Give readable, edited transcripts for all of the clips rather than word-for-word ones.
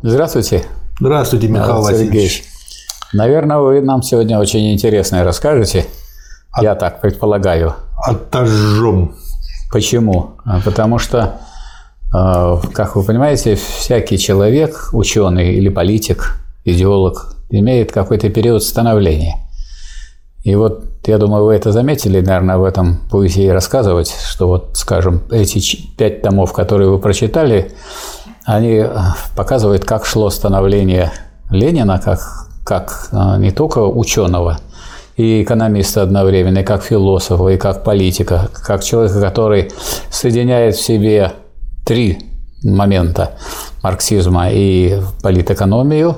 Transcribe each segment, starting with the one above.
Здравствуйте. Здравствуйте, Михаил Васильевич. Наверное, вы нам сегодня очень интересное расскажете. Я так предполагаю. Отожжем. Почему? Потому что, как вы понимаете, всякий человек, ученый или политик, идеолог, имеет какой-то период становления. И вот, я думаю, вы это заметили, наверное, об этом будете и рассказывать, что вот, скажем, эти 5 томов, которые вы прочитали, они показывают, как шло становление Ленина, как не только ученого и экономиста одновременно, и как философа, и как политика, как человека, который соединяет в себе 3 момента марксизма: и политэкономию,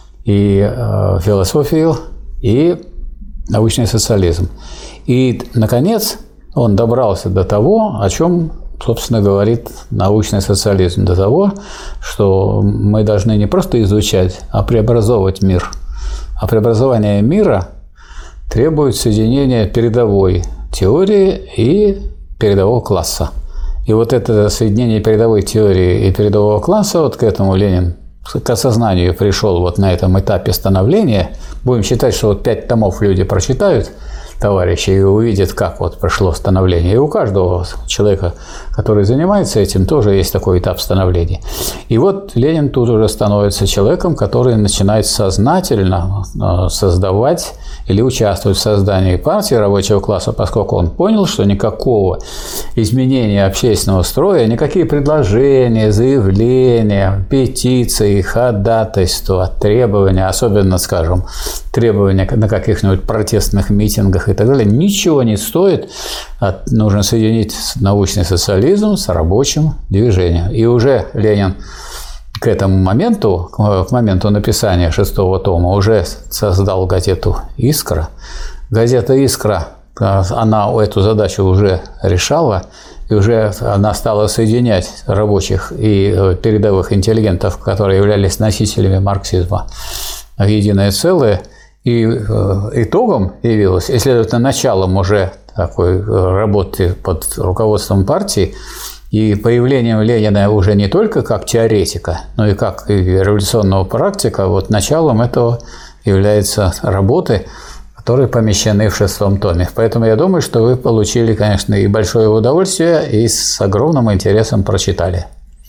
и философию, и научный социализм. И, наконец, он добрался до того, о чем, собственно, говорит научный социализм, до того, что мы должны не просто изучать, а преобразовывать мир. А преобразование мира требует соединения передовой теории и передового класса. И вот это соединение передовой теории и передового класса, вот к этому Ленин к осознанию пришел вот на этом этапе становления. Будем считать, что вот 5 томов люди прочитают, товарищи, и увидят, как вот прошло становление. И у каждого человека, который занимается этим, тоже есть такой этап становления. И вот Ленин тут уже становится человеком, который начинает сознательно создавать или участвовать в создании партии рабочего класса, поскольку он понял, что никакого изменения общественного строя, никакие предложения, заявления, петиции, ходатайства, требования, особенно, скажем, требования на каких-нибудь протестных митингах и так далее, ничего не стоит. Нужно соединить научный социализм с рабочим движением. И уже Ленин к этому моменту, к моменту написания 6-го тома, уже создал газету «Искра». Газета «Искра», она эту задачу уже решала, и уже она стала соединять рабочих и передовых интеллигентов, которые являлись носителями марксизма, в единое целое. И итогом явилось, и, следовательно, началом уже такой работы под руководством партии и появлением Ленина уже не только как теоретика, но и как революционного практика, вот началом этого являются работы, которые помещены в 6-м томе. Поэтому я думаю, что вы получили, конечно, и большое удовольствие, и с огромным интересом прочитали.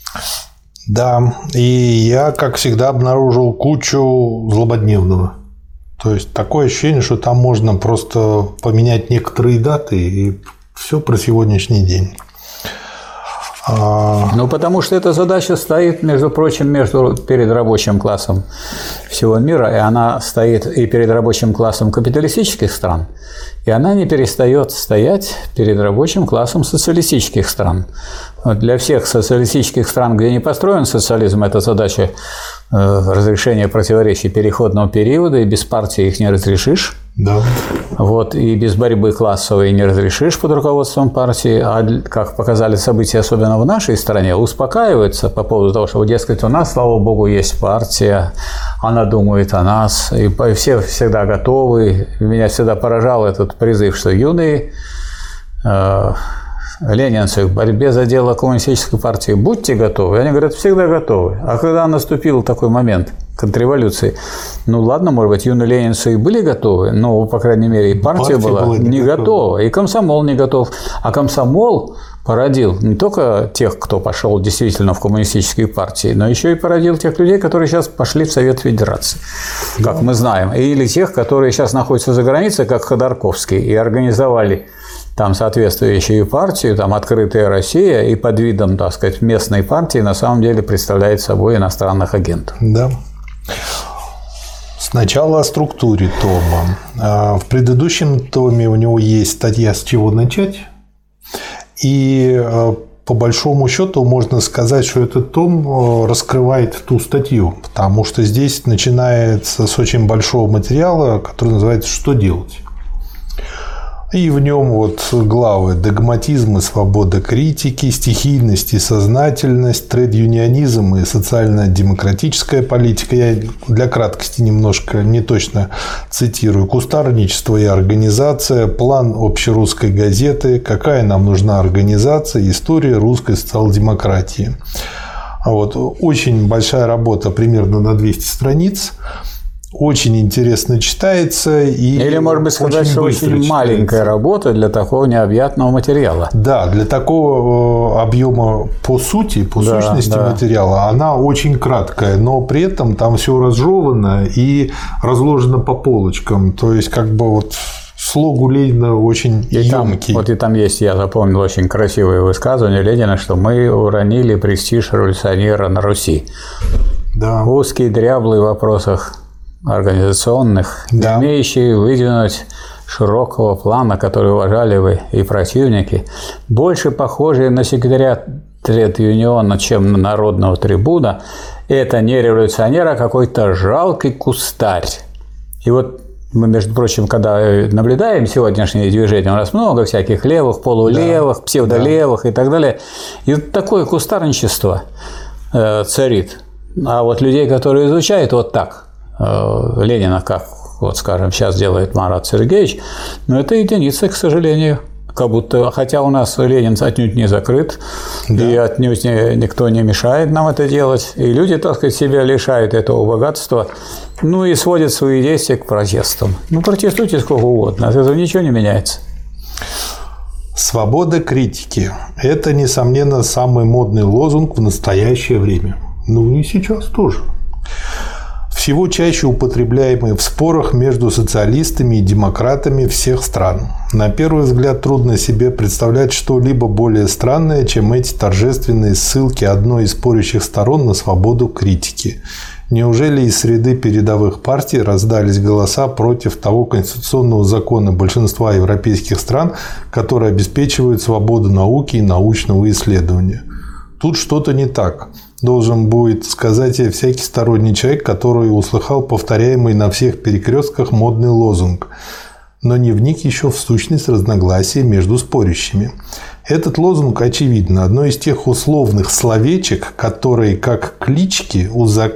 Да, и я, как всегда, обнаружил кучу злободневного. То есть такое ощущение, что там можно просто поменять некоторые даты и все про сегодняшний день. Ну, потому что эта задача стоит, между прочим, перед рабочим классом всего мира, и она стоит и перед рабочим классом капиталистических стран, и она не перестает стоять перед рабочим классом социалистических стран. Для всех социалистических стран, где не построен социализм, эта задача разрешения противоречий переходного периода, и без партии их не разрешишь. Да. Вот, и без борьбы классовой не разрешишь под руководством партии, а, как показали события, особенно в нашей стране, успокаиваются по поводу того, что, дескать, у нас, слава богу, есть партия, она думает о нас, и все всегда готовы. Меня всегда поражал этот призыв, что юные ленинцы в борьбе за дело коммунистической партии, будьте готовы. И они говорят, всегда готовы. А когда наступил такой момент контрреволюции, ну ладно, может быть, юные ленинцы и были готовы, но, по крайней мере, и партия была не готова, и комсомол не готов. А комсомол породил не только тех, кто пошел действительно в коммунистические партии, но еще и породил тех людей, которые сейчас пошли в Совет Федерации, как мы знаем, или тех, которые сейчас находятся за границей, как Ходорковский, и организовали там соответствующую партию, там «Открытая Россия», и под видом, так сказать, местной партии на самом деле представляет собой иностранных агентов. Да. Сначала о структуре тома. В предыдущем томе у него есть статья «С чего начать?». И по большому счету можно сказать, что этот том раскрывает ту статью, потому что здесь начинается с очень большого материала, который называется «Что делать?». И в нем вот главы: догматизм и свобода критики, стихийность и сознательность, тред-юнионизм и социально-демократическая политика. Я для краткости немножко неточно цитирую. Кустарничество и организация, план общерусской газеты, какая нам нужна организация, история русской социал-демократии. Вот. Очень большая работа, примерно на 200 страниц. Очень интересно читается. Или, может быть, сказать, что очень маленькая работа для такого необъятного материала. Да, для такого объема по сути, по сущности материала, она очень краткая, но при этом там все разжевано и разложено по полочкам. То есть, как бы вот слог у Ленина очень емкий. Вот и там есть, я запомнил, очень красивое высказывание Ленина, что мы уронили престиж революционера на Руси. Да. Узкий, дряблый в вопросах организационных, не умеющие выдвинуть широкого плана, который уважали бы и противники, больше похожие на секретаря Тред-Юниона, чем на народного трибуна, это не революционер, а какой-то жалкий кустарь. И вот мы, между прочим, когда наблюдаем сегодняшние движения, у нас много всяких левых, полулевых, псевдолевых и так далее, и вот такое кустарничество царит. А вот людей, которые изучают вот так Ленина, как, вот скажем, сейчас делает Марат Сергеевич, но это единицы, к сожалению. Как будто, хотя у нас Ленин отнюдь не закрыт, и отнюдь никто не мешает нам это делать, и люди, так сказать, себя лишают этого богатства, ну и сводят свои действия к протестам. Ну, протестуйте сколько угодно, от этого ничего не меняется. Свобода критики – это, несомненно, самый модный лозунг в настоящее время. Ну и сейчас тоже. Всего чаще употребляемый в спорах между социалистами и демократами всех стран. На первый взгляд трудно себе представлять что-либо более странное, чем эти торжественные ссылки одной из спорящих сторон на свободу критики. Неужели из среды передовых партий раздались голоса против того конституционного закона большинства европейских стран, который обеспечивает свободу науки и научного исследования? Тут что-то не так. Должен будет сказать и всякий сторонний человек, который услыхал повторяемый на всех перекрестках модный лозунг, но не вник еще в сущность разногласий между спорящими. Этот лозунг, очевидно, одно из тех условных словечек, которые, как клички,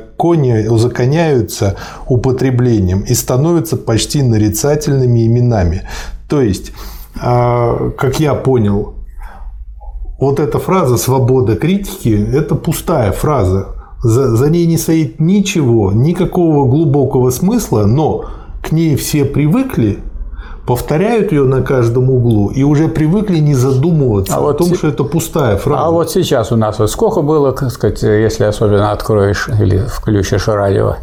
узаконяются употреблением и становятся почти нарицательными именами. То есть, как я понял, вот эта фраза «свобода критики» – это пустая фраза. За ней не стоит ничего, никакого глубокого смысла, но к ней все привыкли, повторяют ее на каждом углу и уже привыкли не задумываться о том, что это пустая фраза. А вот сейчас у нас вот сколько было, так сказать, если особенно откроешь или включишь радио,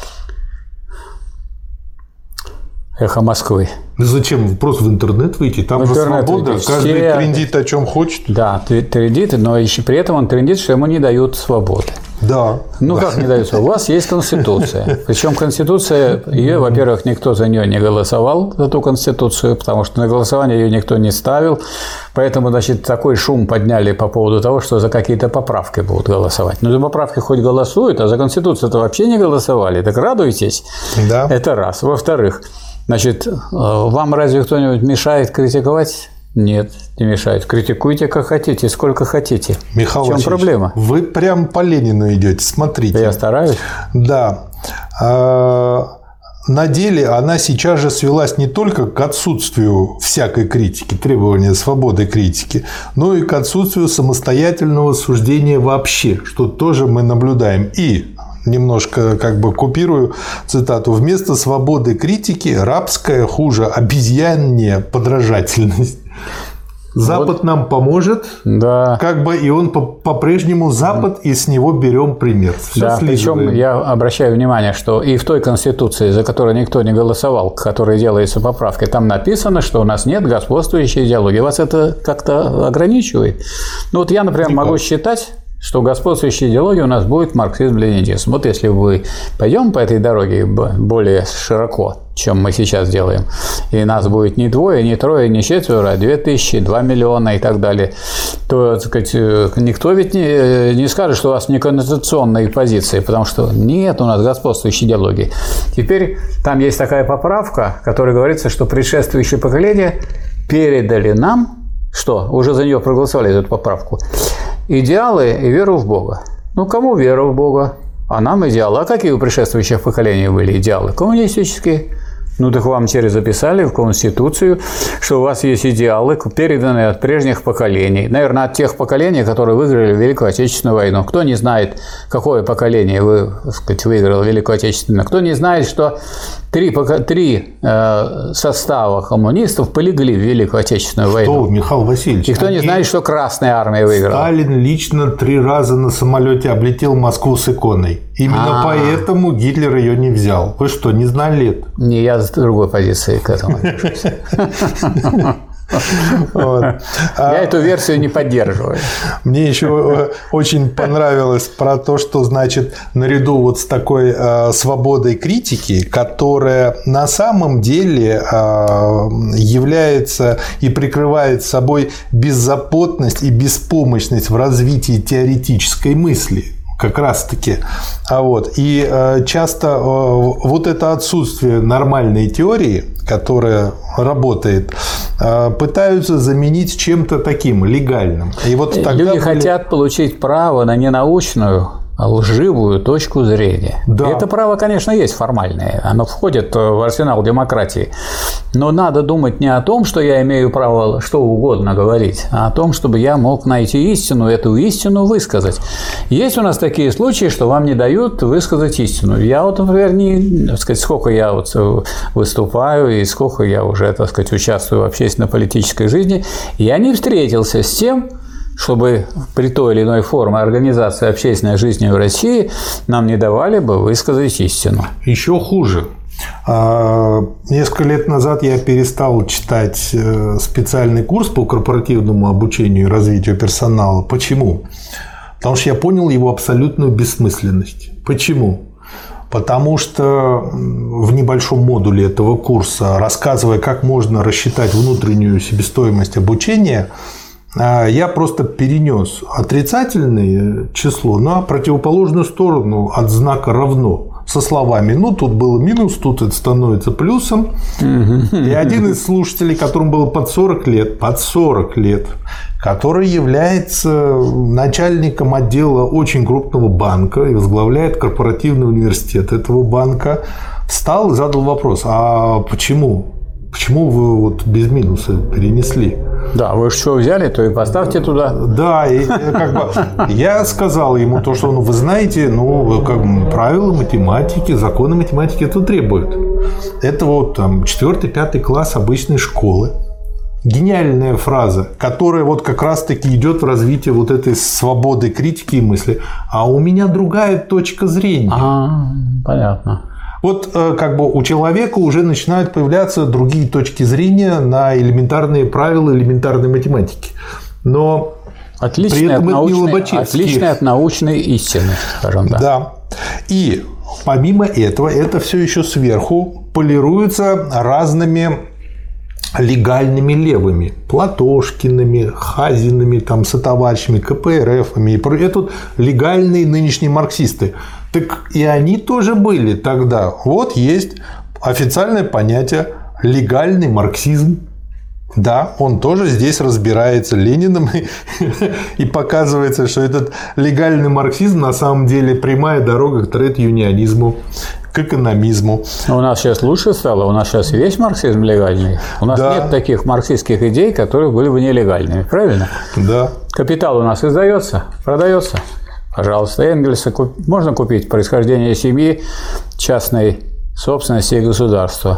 «Эхо Москвы». Зачем? Просто в интернет выйти. Там же свобода. Каждый трендит о чем хочет. Да, трендит, но еще при этом он трендит, что ему не дают свободы. Да. Ну, как не дают свободы? У вас есть Конституция. Причем Конституция, ее, во-первых, никто за нее не голосовал, за ту Конституцию, потому что на голосование ее никто не ставил. Поэтому, значит, такой шум подняли по поводу того, что за какие-то поправки будут голосовать. Ну, за поправки хоть голосуют, а за Конституцию-то вообще не голосовали. Так радуйтесь. Да. Это раз. Во-вторых, значит, вам разве кто-нибудь мешает критиковать? Нет, не мешает. Критикуйте как хотите, сколько хотите. Михаил Васильевич, в чем проблема? Вы прям по Ленину идете, смотрите. Я стараюсь. Да. На деле она сейчас же свелась не только к отсутствию всякой критики, требования свободы критики, но и к отсутствию самостоятельного суждения вообще, что тоже мы наблюдаем. И немножко как бы купирую цитату: вместо свободы критики рабская, хуже обезьяннее подражательность. Запад вот нам поможет, да. Как бы, и он по-прежнему Запад, и с него берем пример. Да, причем я обращаю внимание, что и в той Конституции, за которую никто не голосовал, к которой делаются поправки, там написано, что у нас нет господствующей идеологии. Вас это как-то ограничивает? Ну вот я, например, могу считать, что господствующей идеологией у нас будет марксизм-ленинизм. Вот если мы пойдем по этой дороге более широко, чем мы сейчас делаем, и нас будет не двое, не трое, не четверо, а 2000, 2 миллиона и так далее, то, так сказать, никто ведь не скажет, что у вас не конституционные позиции, потому что нет у нас господствующей идеологии. Теперь там есть такая поправка, в которой говорится, что предшествующие поколения передали нам, что уже за нее проголосовали, эту поправку, идеалы и веру в Бога. Ну, кому вера в Бога? А нам идеалы. А какие у предшествующих поколений были идеалы? Коммунистические. Ну, так вам через записали в Конституцию, что у вас есть идеалы, переданные от прежних поколений. Наверное, от тех поколений, которые выиграли Великую Отечественную войну. Кто не знает, какое поколение выиграло Великую Отечественную? Кто не знает, что три состава коммунистов полегли в Великую Отечественную войну? Что, Михаил Васильевич? И кто не знает, что Красная Армия выиграла? Сталин лично 3 раза на самолете облетел Москву с иконой. Именно поэтому Гитлер ее не взял. Вы что, не знали это? Не, я с другой позиции к этому отношусь. Я эту версию не поддерживаю. Мне еще очень понравилось про то, что, значит, наряду вот с такой свободой критики, которая на самом деле является и прикрывает собой беззаботность и беспомощность в развитии теоретической мысли. Как раз-таки. И часто вот это отсутствие нормальной теории, которая работает, пытаются заменить чем-то таким легальным. И вот тогда люди хотят получить право на ненаучную, лживую точку зрения. Да. И это право, конечно, есть формальное. Оно входит в арсенал демократии. Но надо думать не о том, что я имею право что угодно говорить, а о том, чтобы я мог найти истину, эту истину высказать. Есть у нас такие случаи, что вам не дают высказать истину. Я вот, например, сколько я вот выступаю и сколько я уже, участвую в общественно-политической жизни, я не встретился с тем, чтобы при той или иной форме организации общественной жизни в России нам не давали бы высказать истину. Еще хуже. Несколько лет назад я перестал читать специальный курс по корпоративному обучению и развитию персонала. Почему? Потому что я понял его абсолютную бессмысленность. Почему? Потому что в небольшом модуле этого курса, рассказывая, как можно рассчитать внутреннюю себестоимость обучения, я просто перенес отрицательное число на противоположную сторону от знака «равно». Со словами тут было минус, тут это становится плюсом. И один из слушателей, которому было под 40 лет, который является начальником отдела очень крупного банка и возглавляет корпоративный университет этого банка, встал и задал вопрос: а почему? Почему вы вот без минуса перенесли? Да, вы что взяли, то и поставьте туда. Да, и я сказал ему то, что вы знаете, правила математики, законы математики это требуют. Это 4-5 класс обычной школы. Гениальная фраза, которая как раз-таки идет в развитии вот этой свободы критики и мысли. А у меня другая точка зрения. Понятно. У человека уже начинают появляться другие точки зрения на элементарные правила элементарной математики. Но при этом это не Лобачевский. Отличные от научной истины, скажем так. Да. И помимо этого, это все еще сверху полируется разными легальными левыми, Платошкиными, Хазинами, сотоварищами, КПРФами. Это легальные нынешние марксисты. Так и они тоже были тогда. Вот есть официальное понятие легальный марксизм. Да, он тоже здесь разбирается Лениным и показывается, что этот легальный марксизм на самом деле прямая дорога к тред-юнионизму, к экономизму. У нас сейчас лучше стало, у нас сейчас весь марксизм легальный. У нас нет таких марксистских идей, которые были бы нелегальными, правильно? Да. Капитал у нас издается, продается. Пожалуйста, Энгельса можно купить «Происхождение семьи», частной собственности и государства.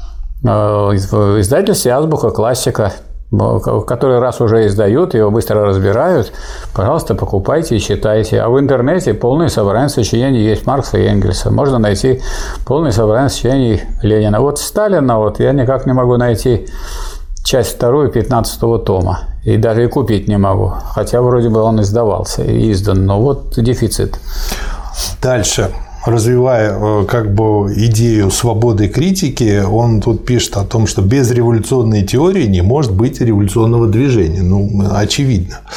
В издательстве «Азбука», классика, который раз уже издают, его быстро разбирают. Пожалуйста, покупайте и читайте. А в интернете полное собрание сочинений есть Маркса и Энгельса. Можно найти полное собрание сочинений Ленина. Сталина я никак не могу найти часть 2 15-го тома. И даже и купить не могу. Хотя вроде бы он издавался и издан. Но дефицит. Дальше. Развивая идею свободы критики, он тут пишет о том, что без революционной теории не может быть революционного движения. Очевидно.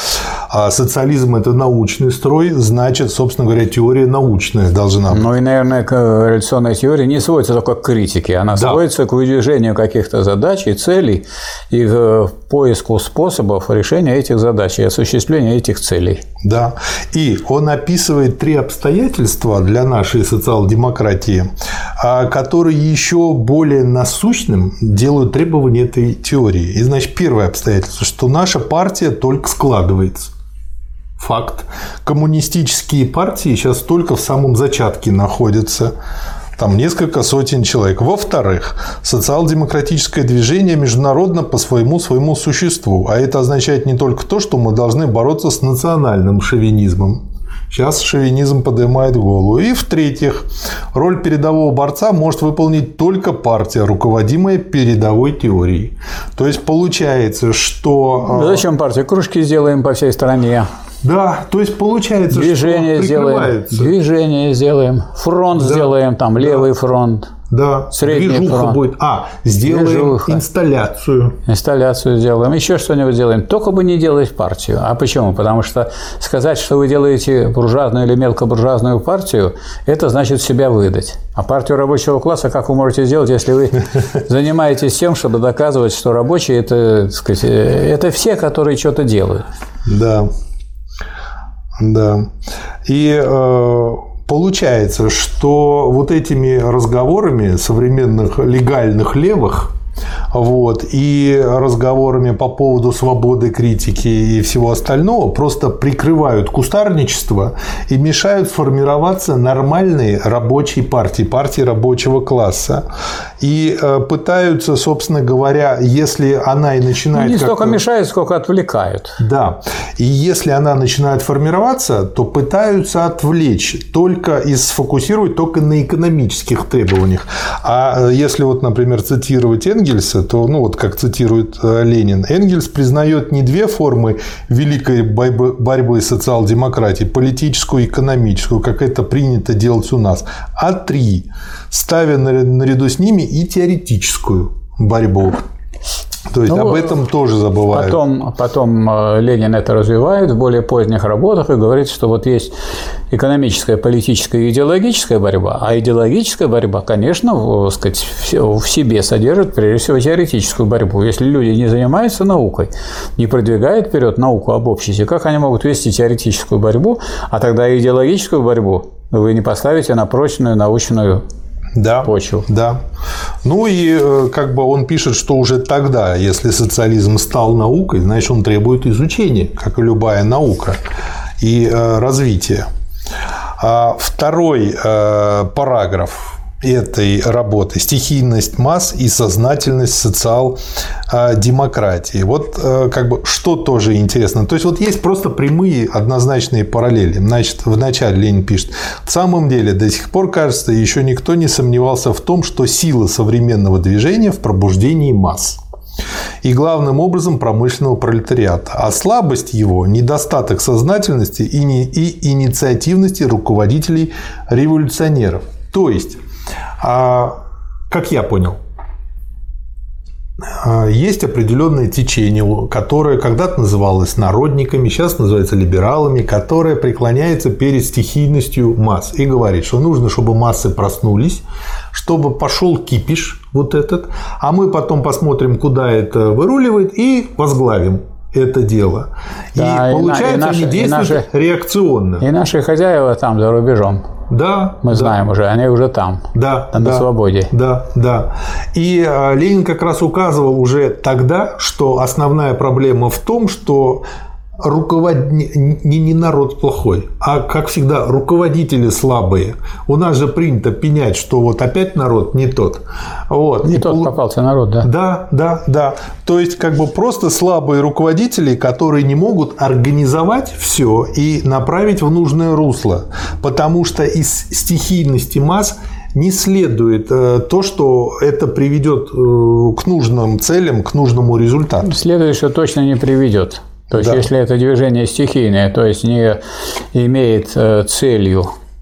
А социализм – это научный строй, значит, собственно говоря, теория научная должна быть. Ну и, наверное, революционная теория не сводится только к критике, она сводится к выдвижению каких-то задач и целей и к поиску способов решения этих задач и осуществления этих целей. Да. И он описывает 3 обстоятельства для нашей социал-демократии, которые еще более насущным делают требования этой теории. И, значит, первое обстоятельство, что наша партия только складывается. Факт. Коммунистические партии сейчас только в самом зачатке находятся. Там несколько сотен человек. Во-вторых, социал-демократическое движение международно по своему существу. А это означает не только то, что мы должны бороться с национальным шовинизмом. Сейчас шовинизм поднимает голову. И в-третьих, роль передового борца может выполнить только партия, руководимая передовой теорией. То есть получается, что... Да зачем партия? Кружки сделаем по всей стране. Да, то есть получается, движение что прикрывается. Движение сделаем, фронт сделаем, там левый фронт. Да, средний фронт. Будет. Сделаем инсталляцию. Инсталляцию сделаем, еще что-нибудь сделаем. Только бы не делать партию. А почему? Потому что сказать, что вы делаете буржуазную или мелкобуржуазную партию, это значит себя выдать. А партию рабочего класса как вы можете сделать, если вы занимаетесь тем, чтобы доказывать, что рабочие – это, так сказать, это все, которые что-то делают. Да. Да. И получается, что вот этими разговорами современных легальных левых и разговорами по поводу свободы критики и всего остального просто прикрывают кустарничество и мешают сформироваться нормальные рабочие партии рабочего класса. И пытаются, собственно говоря, если она и начинает... Не столько мешают, сколько отвлекают. Да. И если она начинает формироваться, то пытаются отвлечь, сфокусировать только на экономических требованиях. А если вот, например, цитировать Энгельса, то, как цитирует Ленин, Энгельс признает не 2 формы великой борьбы социал-демократии, политическую и экономическую, как это принято делать у нас, а 3, ставя наряду с ними и теоретическую борьбу. То есть об этом тоже забывают. Потом Ленин это развивает в более поздних работах и говорит, что вот есть экономическая, политическая и идеологическая борьба, а идеологическая борьба, конечно, в себе содержит прежде всего теоретическую борьбу. Если люди не занимаются наукой, не продвигают вперед науку об обществе, как они могут вести теоретическую борьбу, а тогда идеологическую борьбу вы не поставите на прочную научную почву. Да. И он пишет, что уже тогда, если социализм стал наукой, значит, он требует изучения, как и любая наука, и развития. Второй параграф этой работы – стихийность масс и сознательность социал-демократии. Что тоже интересно. То есть, есть просто прямые однозначные параллели. Значит, вначале Ленин пишет: в самом деле, до сих пор, кажется, еще никто не сомневался в том, что сила современного движения в пробуждении масс. И главным образом промышленного пролетариата. А слабость его – недостаток сознательности и инициативности руководителей-революционеров. То есть, как я понял, есть определенное течение, которое когда-то называлось народниками, сейчас называется либералами, которое преклоняется перед стихийностью масс и говорит, что нужно, чтобы массы проснулись, чтобы пошел кипиш этот, а мы потом посмотрим, куда это выруливает, и возглавим это дело. Да, и получается, они действуют реакционно. И наши хозяева там за рубежом. Да. Мы знаем уже, они уже там. Да. На свободе. Да. И Ленин как раз указывал уже тогда, что основная проблема в том, что не народ плохой, а, как всегда, руководители слабые. У нас же принято пенять, что опять народ не тот. Не тот попался народ, да. Да. То есть, просто слабые руководители, которые не могут организовать все и направить в нужное русло. Потому что из стихийности масс не следует то, что это приведет к нужным целям, к нужному результату. Следует, что точно не приведет. То есть, если это движение стихийное, то есть не имеет целью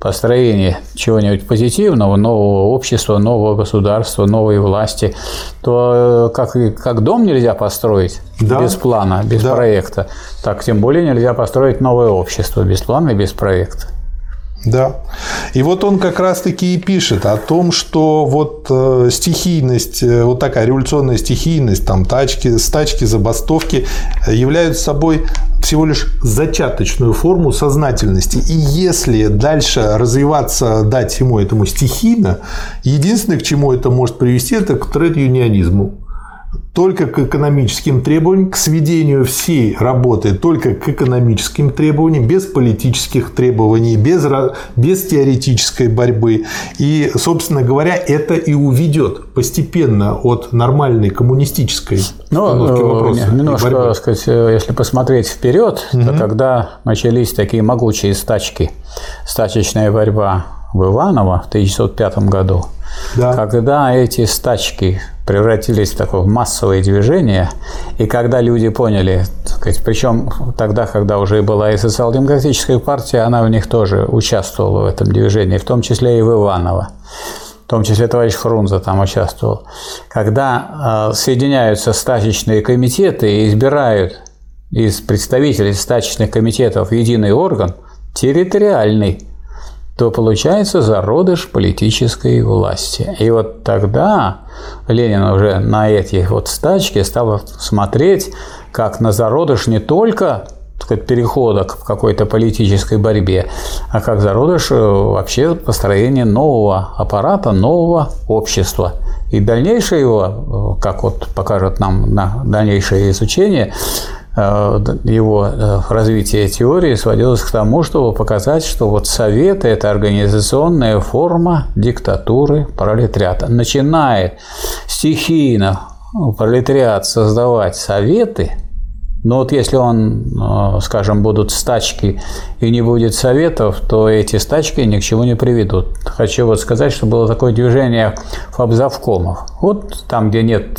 построение чего-нибудь позитивного, нового общества, нового государства, новой власти, то как дом нельзя построить без плана, без проекта, так тем более нельзя построить новое общество без плана и без проекта. Да. И вот он как раз-таки и пишет о том, что вот стихийность, вот такая революционная стихийность, там стачки, забастовки являются собой всего лишь зачаточную форму сознательности. И если дальше развиваться, дать ему этому стихийно, единственное, к чему это может привести, это к тред-юнионизму. Только к экономическим требованиям, к сведению всей работы только к экономическим требованиям, без политических требований, без теоретической борьбы. И, собственно говоря, это и уведет постепенно от нормальной коммунистической установки вопроса. Немножко, сказать, если посмотреть вперед, то когда начались такие могучие стачки, стачечная борьба в Иваново в 1905 году, когда эти стачки превратились в такое массовое движение, и когда люди поняли, причем тогда, когда уже была и социал-демократическая партия, она в них тоже участвовала в этом движении, в том числе и в Иваново, в том числе товарищ Фрунзе там участвовал. Когда соединяются стачечные комитеты и избирают из представителей стачечных комитетов единый орган, территориальный, то получается зародыш политической власти. И вот тогда Ленин уже на эти вот стачки стал смотреть как на зародыш не только, так сказать, перехода к какой-то политической борьбе, а как зародыш вообще построения нового аппарата, нового общества. И дальнейшее его, как вот покажет нам дальнейшее изучение, его развитие теории сводилось к тому, чтобы показать, что вот Советы – это организационная форма диктатуры пролетариата. Начинает стихийно пролетариат создавать Советы, но вот если скажем, будут стачки и не будет советов, то эти стачки ни к чему не приведут. Хочу вот сказать, что было такое движение фабзавкомов. Вот там, где нет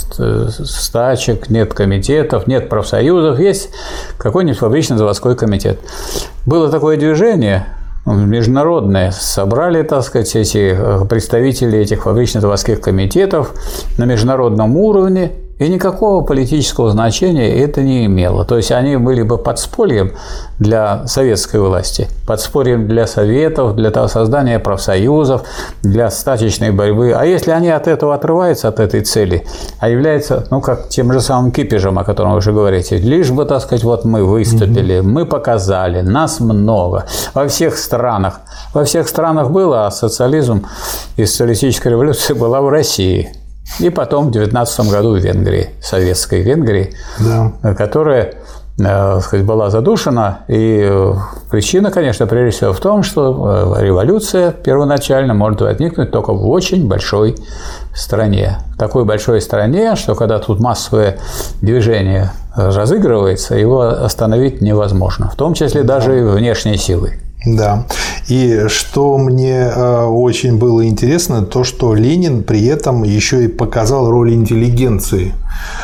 стачек, нет комитетов, нет профсоюзов, есть какой-нибудь фабрично-заводской комитет. Было такое движение международное, собрали, так сказать, эти представители этих фабрично-заводских комитетов на международном уровне, и никакого политического значения это не имело. То есть они были бы подспорьем для советской власти, подспорьем для советов, для создания профсоюзов, для стачечной борьбы. А если они от этого отрываются, от этой цели, а являются, как тем же самым кипишем, о котором вы уже говорите, лишь бы, так сказать, вот мы выступили, мы показали, нас много. Во всех странах было, а социализм и социалистическая революция была в России. И потом в 1919 году в Венгрии, советской Венгрии, которая, так сказать, была задушена. И причина, конечно, прежде всего в том, что революция первоначально может возникнуть только в очень большой стране. В такой большой стране, что когда тут массовое движение разыгрывается, его остановить невозможно, в том числе даже и внешней силой. Да. И что мне очень было интересно, то, что Ленин при этом еще и показал роль интеллигенции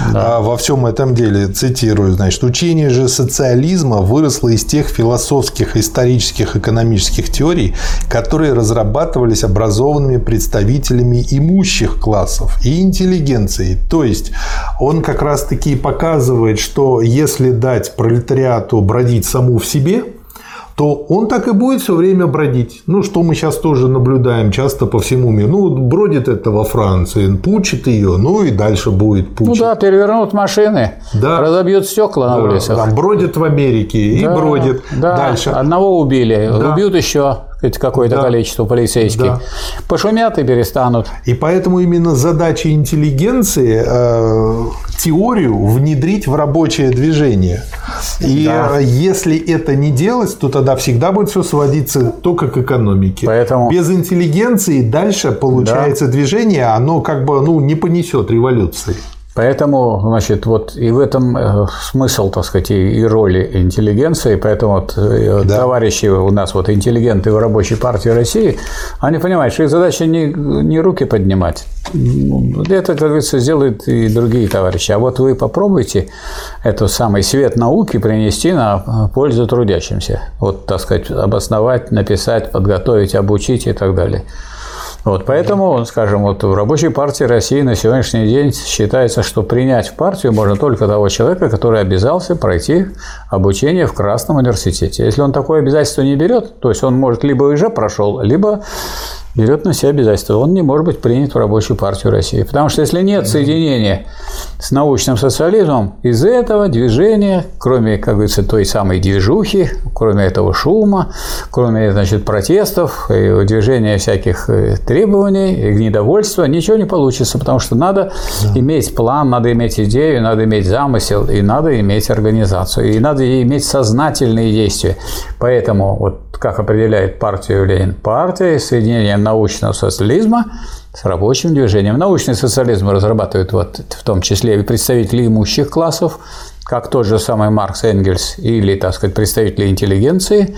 во всем этом деле. Цитирую, значит, учение же социализма выросло из тех философских, исторических, экономических теорий, которые разрабатывались образованными представителями имущих классов и интеллигенции. То есть он как раз-таки показывает, что если дать пролетариату бродить саму в себе, то он так и будет все время бродить. Что мы сейчас тоже наблюдаем часто по всему миру. Бродит это во Франции, пучит ее, и дальше будет пучить. Перевернут машины, разобьют стекла на улицах. Там бродит в Америке и бродит дальше. Одного убили, убьют еще какое-то количество полицейских. Пошумят и перестанут. И поэтому именно задача интеллигенции теорию внедрить в рабочее движение. И если это не делать, то тогда всегда будет все сводиться только к экономике. Поэтому... Без интеллигенции дальше получается движение, оно не понесет революции. Поэтому, значит, вот и в этом смысл, так сказать, и роли интеллигенции. Поэтому вот товарищи у нас, вот интеллигенты в Рабочей партии России, они понимают, что их задача не руки поднимать. Это, как говорится, сделают и другие товарищи. А вот вы попробуйте этот самый свет науки принести на пользу трудящимся. Вот, так сказать, обосновать, написать, подготовить, обучить и так далее. Вот, поэтому, скажем, вот в Рабочей партии России на сегодняшний день считается, что принять в партию можно только того человека, который обязался пройти обучение в Красном университете. Если он такое обязательство не берет, то есть он, может, либо уже прошел, либо берет на себя обязательства, он не может быть принят в Рабочую партию России. Потому что если нет соединения с научным социализмом, из этого движения, кроме, как говорится, той самой движухи, кроме этого шума, кроме, значит, протестов, и движения всяких требований, и недовольства, ничего не получится, потому что надо иметь план, надо иметь идею, надо иметь замысел, и надо иметь организацию, и надо иметь сознательные действия. Поэтому, вот как определяет партию Ленин, партия соединения научного социализма с рабочим движением. Научный социализм разрабатывают вот в том числе и представители имущих классов, как тот же самый Маркс, Энгельс, или, так сказать, представители интеллигенции,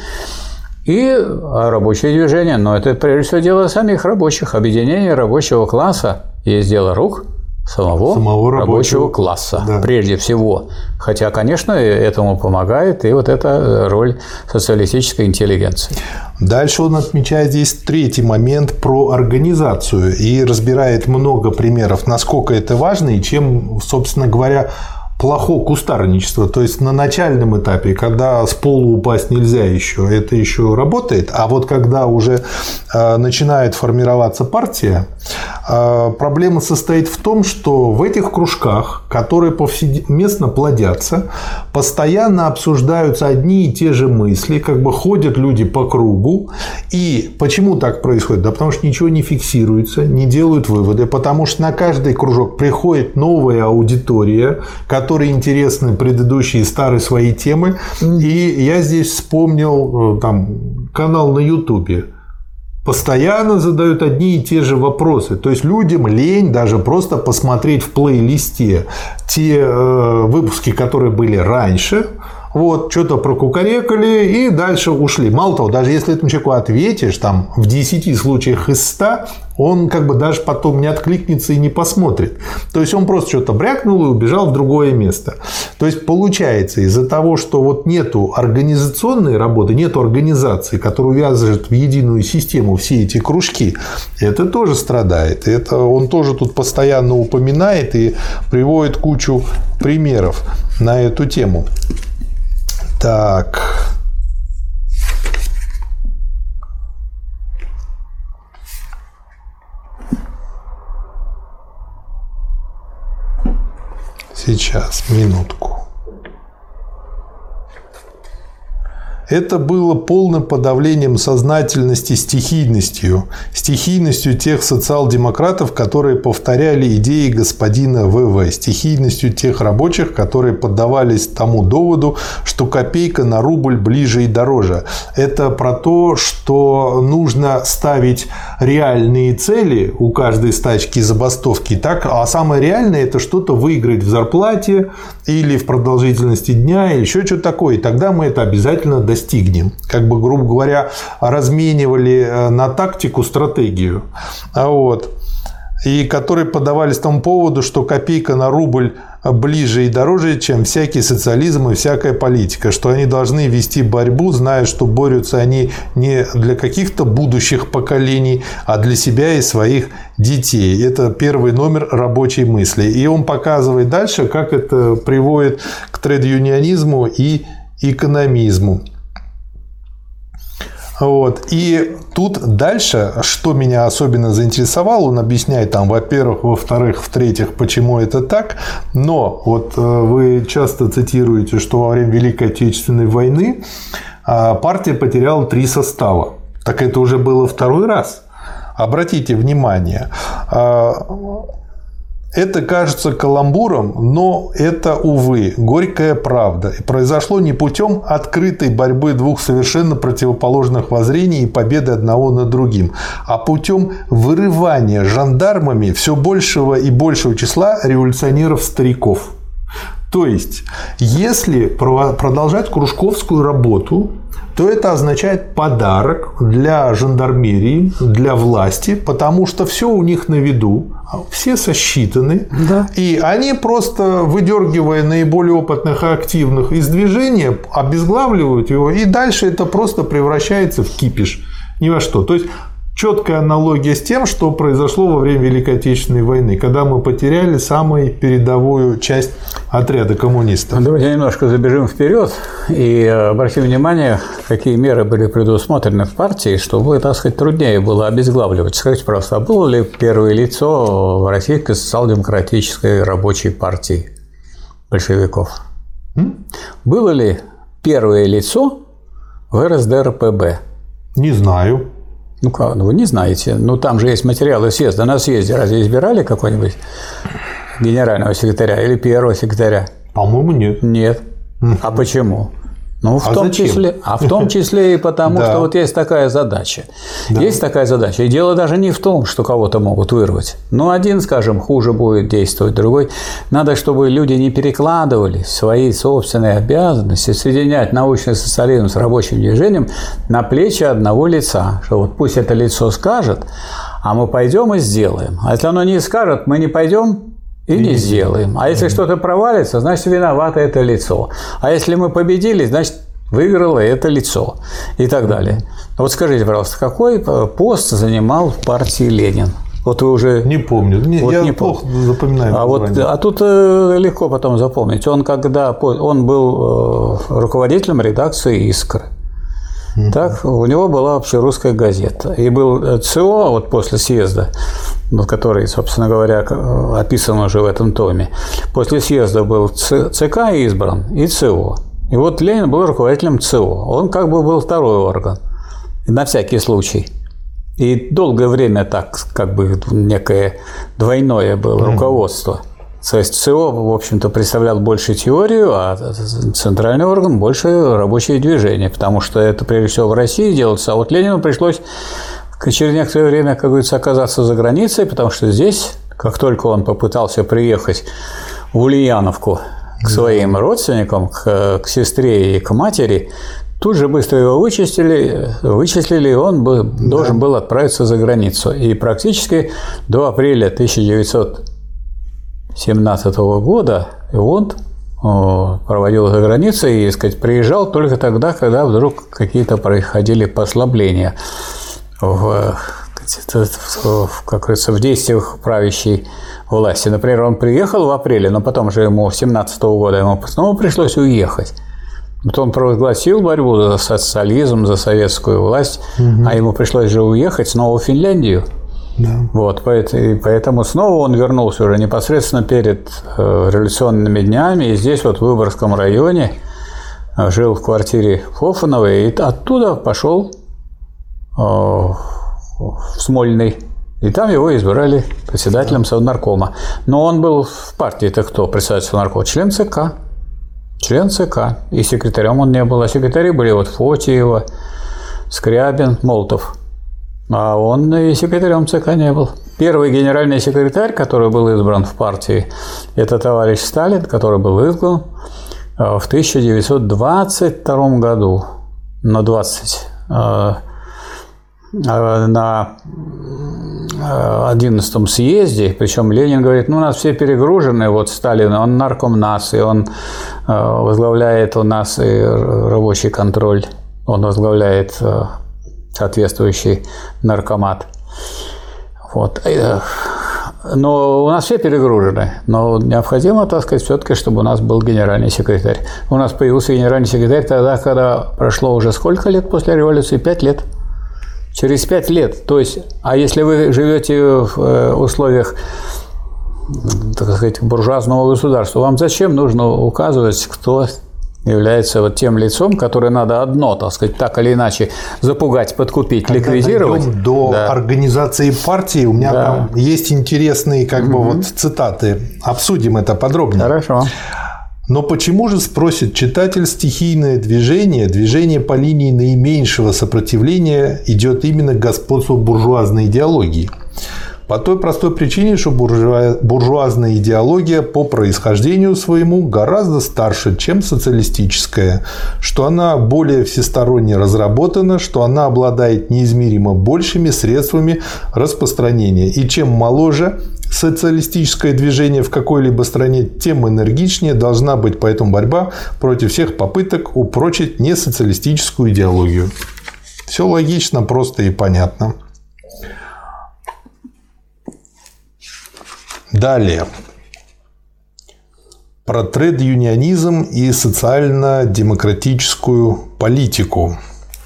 и рабочее движение. Но это, прежде всего, дело самих рабочих. Объединение рабочего класса есть дело рук самого рабочего класса, да. Прежде всего. Хотя, конечно, этому помогает и вот эта роль социалистической интеллигенции. Дальше он отмечает здесь третий момент про организацию и разбирает много примеров, насколько это важно и чем, собственно говоря, плохо кустарничество. То есть на начальном этапе, когда с полу упасть нельзя еще, это еще работает. А вот когда уже начинает формироваться партия, проблема состоит в том, что в этих кружках, которые повсеместно плодятся, постоянно обсуждаются одни и те же мысли, как бы ходят люди по кругу. И почему так происходит? Да потому что ничего не фиксируется, не делают выводы, потому что на каждый кружок приходит новая аудитория, которой интересны предыдущие старые свои темы. И я здесь вспомнил там канал на Ютубе. Постоянно задают одни и те же вопросы. То есть людям лень даже просто посмотреть в плейлисте те выпуски, которые были раньше. Вот, что-то прокукарекали и дальше ушли. Мало того, даже если этому человеку ответишь, там, в 10 случаях из 100, он как бы даже потом не откликнется и не посмотрит. То есть он просто что-то брякнул и убежал в другое место. То есть получается, из-за того, что вот нету организационной работы, нету организации, которая увязывает в единую систему все эти кружки, это тоже страдает. Это он тоже тут постоянно упоминает и приводит кучу примеров на эту тему. Так. Сейчас, минутку. Это было полным подавлением сознательности стихийностью тех социал-демократов, которые повторяли идеи господина ВВ, стихийностью тех рабочих, которые поддавались тому доводу, что копейка на рубль ближе и дороже. Это про то, что нужно ставить реальные цели у каждой стачки и забастовки, так, а самое реальное – это что-то выиграть в зарплате или в продолжительности дня, или еще что-то такое, и тогда мы это обязательно достигнем. Как бы, грубо говоря, разменивали на тактику стратегию. Вот. И которые подавались тому поводу, что копейка на рубль ближе и дороже, чем всякий социализм и всякая политика, что они должны вести борьбу, зная, что борются они не для каких-то будущих поколений, а для себя и своих детей. Это первый номер рабочей мысли. И он показывает дальше, как это приводит к тред-юнионизму и экономизму. Вот. И тут дальше, что меня особенно заинтересовало, он объясняет там, во-первых, во-вторых, в-третьих, почему это так. Но вот вы часто цитируете, что во время Великой Отечественной войны партия потеряла 3 состава. Так это уже было второй раз. Обратите внимание. Это кажется каламбуром, но это, увы, горькая правда. И произошло не путем открытой борьбы двух совершенно противоположных воззрений и победы одного над другим, а путем вырывания жандармами все большего и большего числа революционеров-стариков. То есть, если продолжать кружковскую работу, то это означает подарок для жандармерии, для власти, потому что все у них на виду, все сосчитаны, да. И они просто, выдергивая наиболее опытных и активных из движения, обезглавливают его, и дальше это просто превращается в кипиш, ни во что. То есть, четкая аналогия с тем, что произошло во время Великой Отечественной войны, когда мы потеряли самую передовую часть отряда коммунистов. Давайте немножко забежим вперед и обратим внимание, какие меры были предусмотрены в партии, чтобы, так сказать, труднее было обезглавливать. Скажите, пожалуйста, а было ли первое лицо в Российской социал-демократической рабочей партии большевиков? Было ли первое лицо в РСДРПб? Не знаю. Ну, как, вы не знаете. Ну, там же есть материалы съезда. На съезде разве избирали какой-нибудь генерального секретаря или первого секретаря? По-моему, нет. Нет. А почему? Ну, в том числе и потому, что вот есть такая задача. Да. Есть такая задача. И дело даже не в том, что кого-то могут вырвать. Ну, один, скажем, хуже будет действовать, другой. Надо, чтобы люди не перекладывали свои собственные обязанности, соединять научный социализм с рабочим движением на плечи одного лица. Что вот пусть это лицо скажет, а мы пойдем и сделаем. А если оно не скажет, мы не пойдем и не сделаем. А если что-то провалится, значит, виновато это лицо. А если мы победили, значит, выиграло это лицо. И так далее. Вот скажите, пожалуйста, какой пост занимал в партии Ленин? Вот вы уже... Не помню. Я плохо запоминаю. А тут легко потом запомнить. Он был руководителем редакции «Искры». Так, у него была общерусская газета. И был ЦО, вот после съезда, который, собственно говоря, описан уже в этом томе. После съезда был ЦК избран и ЦО. И вот Ленин был руководителем ЦО. Он как бы был второй орган, на всякий случай. И долгое время так, как бы некое двойное было руководство. То есть ЦО, в общем-то, представлял больше теорию, а центральный орган больше рабочее движение, потому что это, прежде всего, в России делается. А вот Ленину пришлось через некоторое время, как говорится, оказаться за границей, потому что здесь, как только он попытался приехать в Ульяновку к своим родственникам, к сестре и к матери, тут же быстро его вычислили, и он должен был отправиться за границу. И практически до апреля 1917 года он проводил за границей и, так сказать, приезжал только тогда, когда вдруг какие-то происходили послабления как говорится, в действиях правящей власти. Например, он приехал в апреле, но потом же ему 1917 года ему снова пришлось уехать. Вот он провозгласил борьбу за социализм, за советскую власть, а ему пришлось же уехать снова в Финляндию. Да. Вот, поэтому снова он вернулся уже непосредственно перед революционными днями, и здесь вот в Выборгском районе жил в квартире Фофановой, и оттуда пошел в Смольный, и там его избирали председателем Совнаркома. Но он был в партии-то кто? Председатель Совнаркома? Член ЦК. И секретарем он не был. А секретари были вот Фотиева, Скрябин, Молотов. А он и секретарем ЦК не был. Первый генеральный секретарь, который был избран в партии, это товарищ Сталин, который был избран в 1922 году на 11-м съезде, причем Ленин говорит, у нас все перегружены, вот Сталин, он нарком НАС, и он возглавляет у нас и рабочий контроль, он возглавляет соответствующий наркомат. Вот. Но у нас все перегружены, но необходимо, так сказать, все-таки, чтобы у нас был генеральный секретарь. У нас появился генеральный секретарь тогда, когда прошло уже сколько лет после революции? 5 лет. Через 5 лет. То есть, а если вы живете в условиях, так сказать, буржуазного государства, вам зачем нужно указывать, кто является вот тем лицом, которое надо одно, так сказать, так или иначе запугать, подкупить, когда ликвидировать. Дойдем до организации партии, у меня там есть интересные вот цитаты. Обсудим это подробнее. Хорошо. Но почему же, спросит читатель, стихийное движение по линии наименьшего сопротивления идет именно к господству буржуазной идеологии? По той простой причине, что буржуазная идеология по происхождению своему гораздо старше, чем социалистическая, что она более всесторонне разработана, что она обладает неизмеримо большими средствами распространения. И чем моложе социалистическое движение в какой-либо стране, тем энергичнее должна быть поэтому борьба против всех попыток упрочить несоциалистическую идеологию. Все логично, просто и понятно. Далее. Про тред-юнионизм и социально-демократическую политику.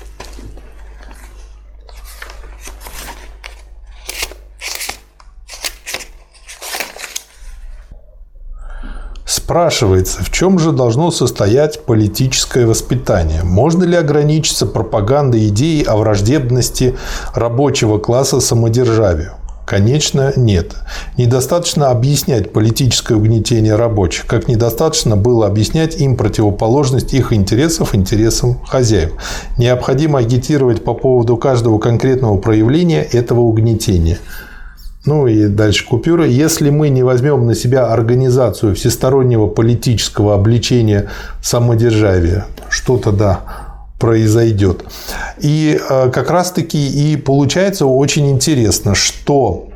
Спрашивается, в чем же должно состоять политическое воспитание? Можно ли ограничиться пропагандой идеи о враждебности рабочего класса самодержавию? Конечно, нет. Недостаточно объяснять политическое угнетение рабочих, как недостаточно было объяснять им противоположность их интересов интересам хозяев. Необходимо агитировать по поводу каждого конкретного проявления этого угнетения. Ну и дальше купюра. Если мы не возьмем на себя организацию всестороннего политического обличения самодержавия, что тогда произойдет? И как раз-таки и получается очень интересно, что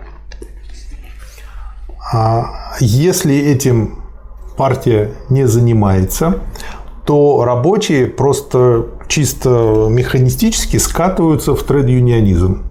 если этим партия не занимается, то рабочие просто чисто механистически скатываются в тред-юнионизм.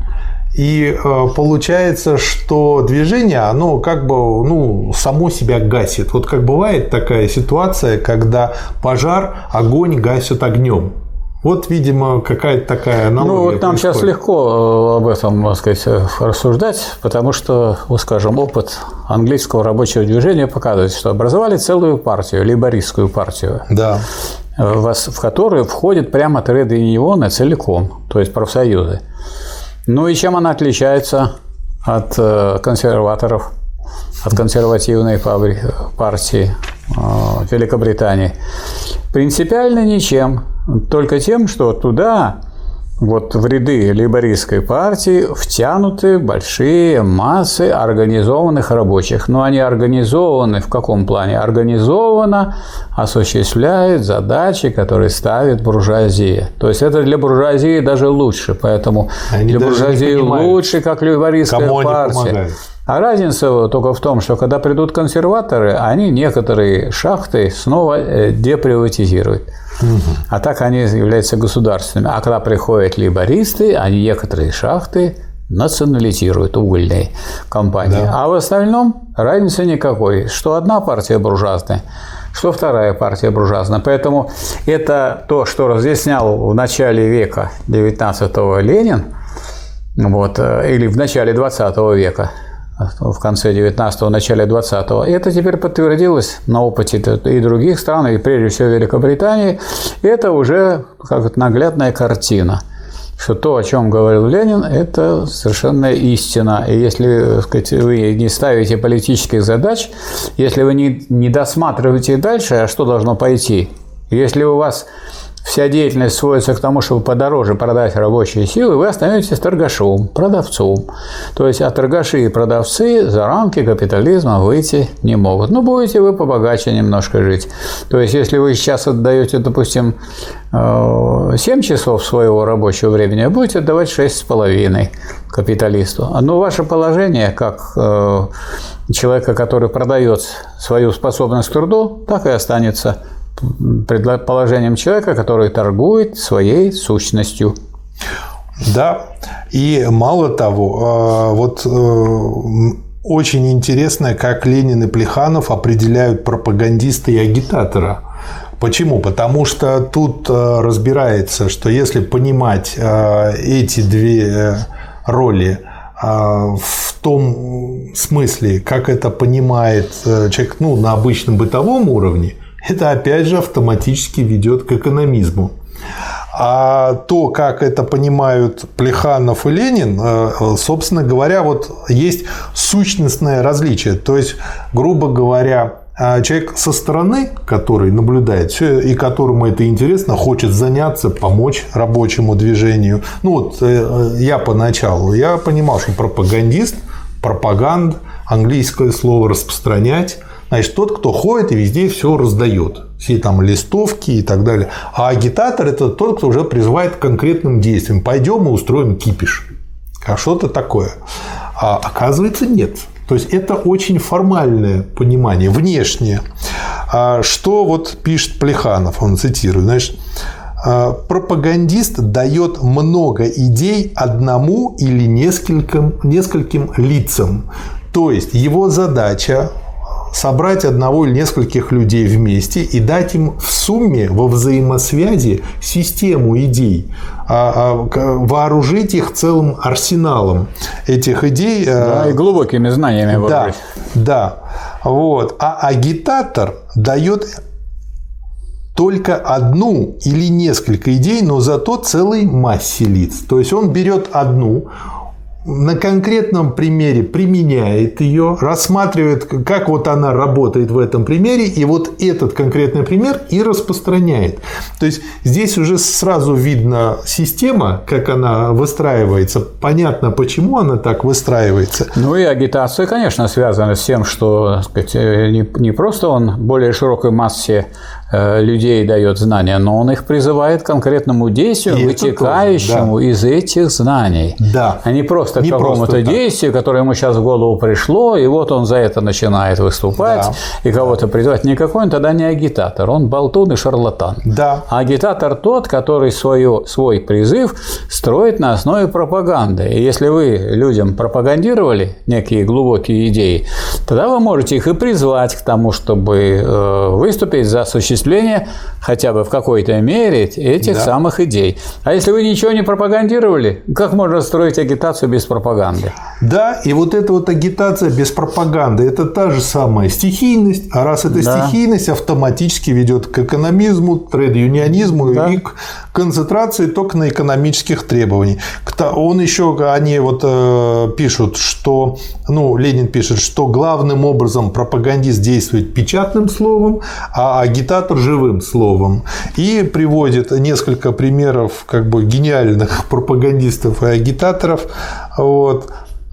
И получается, что движение, оно как бы само себя гасит. Вот как бывает такая ситуация, когда пожар, огонь гасят огнем. Вот, видимо, какая-то такая аналогия. Ну, вот нам происходит. сейчас легко об этом, так сказать, рассуждать, потому что, вот, скажем, опыт английского рабочего движения показывает, что образовали целую партию, лейбористскую партию, да, в которую входят прямо тред-юнионы целиком, то есть профсоюзы. Ну и чем она отличается от консерваторов, от консервативной партии Великобритании? Принципиально ничем, только тем, что туда, вот в ряды лейбористской партии, втянуты большие массы организованных рабочих. Но они организованы в каком плане? Организованно осуществляют задачи, которые ставит буржуазия. То есть это для буржуазии даже лучше, поэтому они для буржуазии лучше, как лейбористская партия. А разница только в том, что когда придут консерваторы, они некоторые шахты снова деприватизируют. А так они являются государственными. А когда приходят лейбористы, они некоторые шахты национализируют, угольные компании. Да. А в остальном разницы никакой. Что одна партия буржуазная, что вторая партия буржуазная. Поэтому это то, что разъяснял в начале века 19-го Ленин, вот, или в начале 20 века, в конце 19-го, начале 20-го. Это теперь подтвердилось на опыте и других стран, и прежде всего Великобритании. Это уже как наглядная картина, что то, о чем говорил Ленин, это совершенно истина. И если, так сказать, вы не ставите политических задач, если вы не досматриваете дальше, а что должно пойти? Если у вас вся деятельность сводится к тому, чтобы подороже продать рабочие силы, вы останетесь торгашом, продавцом. То есть, а торгаши и продавцы за рамки капитализма выйти не могут. Ну, будете вы побогаче немножко жить. То есть, если вы сейчас отдаете, допустим, 7 часов своего рабочего времени, а будете отдавать 6,5 капиталисту. Но ваше положение, как человека, который продает свою способность к труду, так и останется положением человека, который торгует своей сущностью. Да, и мало того, вот очень интересно, как Ленин и Плеханов определяют пропагандиста и агитатора. Почему? Потому что тут разбирается, что если понимать эти две роли в том смысле, как это понимает человек на обычном бытовом уровне, это опять же автоматически ведет к экономизму. А то, как это понимают Плеханов и Ленин, собственно говоря, вот есть сущностное различие. То есть, грубо говоря, человек со стороны, который наблюдает все и которому это интересно, хочет заняться, помочь рабочему движению. Ну вот я поначалу, я понимал, что пропагандист, пропаганда, английское слово распространять. Значит, тот, кто ходит и везде все раздает. Все там листовки и так далее. А агитатор – это тот, кто уже призывает к конкретным действиям. Пойдем и устроим кипиш. А что-то такое. А оказывается, нет. То есть, это очень формальное понимание, внешнее. Что вот пишет Плеханов, он цитирует. Значит, пропагандист дает много идей одному или нескольким лицам. То есть, его задача собрать одного или нескольких людей вместе и дать им в сумме, во взаимосвязи систему идей, вооружить их целым арсеналом этих идей. Да, и глубокими знаниями вооружить. Да. Вот. А агитатор дает только одну или несколько идей, но зато целой массе лиц. То есть, он берет одну, на конкретном примере применяет ее, рассматривает, как вот она работает в этом примере, и вот этот конкретный пример и распространяет. То есть, здесь уже сразу видно система, как она выстраивается. Понятно, почему она так выстраивается. Ну и агитация, конечно, связана с тем, что, так сказать, не просто он более широкой массе людей дает знания, но он их призывает к конкретному действию, и вытекающему тоже, да, из этих знаний. Да. А не просто к какому-то действию, которое ему сейчас в голову пришло, и вот он за это начинает выступать, да, и кого-то призывать. Никакой он тогда не агитатор, он болтун и шарлатан. Да. А агитатор тот, который свой призыв строит на основе пропаганды. И если вы людям пропагандировали некие глубокие идеи, тогда вы можете их и призвать к тому, чтобы выступить за осуществление хотя бы в какой-то мере этих, да, самых идей. А если вы ничего не пропагандировали, как можно строить агитацию без пропаганды? Да, и вот эта вот агитация без пропаганды – это та же самая стихийность, а раз это, да, стихийность, автоматически ведет к экономизму, трейд-юнионизму, да, и к концентрации только на экономических требованиях. Он еще, они вот пишут, что, Ленин пишет, что главным образом пропагандист действует печатным словом, а агитатор живым словом. И приводит несколько примеров как бы гениальных пропагандистов и агитаторов. Вот.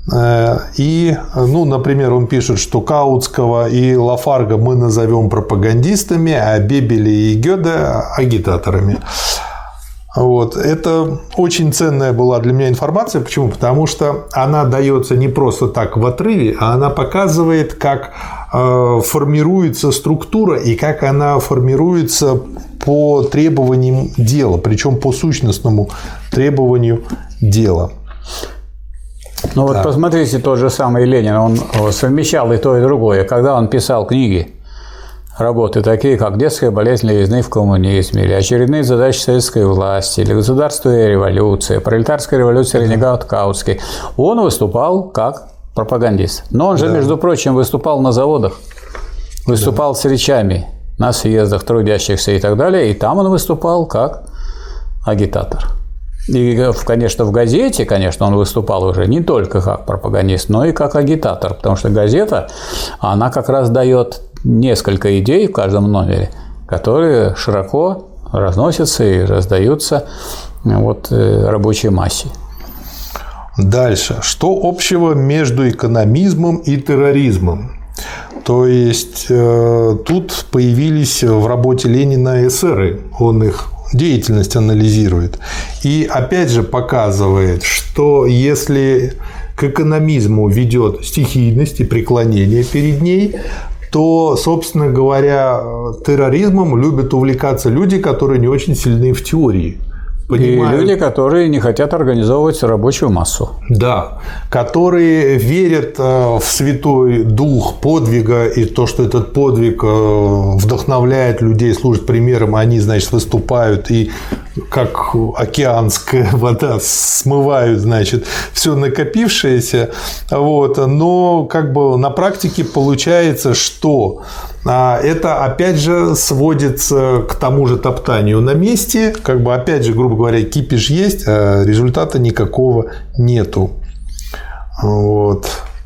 И, например, он пишет, что Каутского и Лафарга мы назовем пропагандистами, а Бебеля и Гёде – агитаторами. Вот. Это очень ценная была для меня информация. Почему? Потому что она дается не просто так в отрыве, а она показывает, как формируется структура и как она формируется по требованиям дела, причем по сущностному требованию дела. Ну да. Вот посмотрите, тот же самый Ленин, он совмещал и то, и другое. Когда он писал книги, работы такие, как «Детская болезнь левизны в коммунизме», или «Очередные задачи советской власти», или «Государственная революция», «Пролетарская революция», Ренегат Каутский, он выступал как пропагандист. Но он же, да, между прочим, выступал на заводах, выступал, да, с речами на съездах трудящихся и так далее, и там он выступал как агитатор. И, конечно, в газете, конечно, он выступал уже не только как пропагандист, но и как агитатор, потому что газета, она как раз дает несколько идей в каждом номере, которые широко разносятся и раздаются рабочей массе. Дальше. Что общего между экономизмом и терроризмом? То есть, тут появились в работе Ленина эсеры, он их деятельность анализирует. И опять же показывает, что если к экономизму ведет стихийность и преклонение перед ней, то, собственно говоря, терроризмом любят увлекаться люди, которые не очень сильны в теории. Понимают, и люди, которые не хотят организовывать рабочую массу. Да, которые верят в святой дух подвига и то, что этот подвиг вдохновляет людей, служит примером, они, значит, выступают и как океанская вода смывают, значит, все накопившееся. Вот. Но как бы на практике получается, что это, опять же, сводится к тому же топтанию на месте. Как бы, опять же, грубо говоря, кипиш есть, а результата никакого нету. Вот.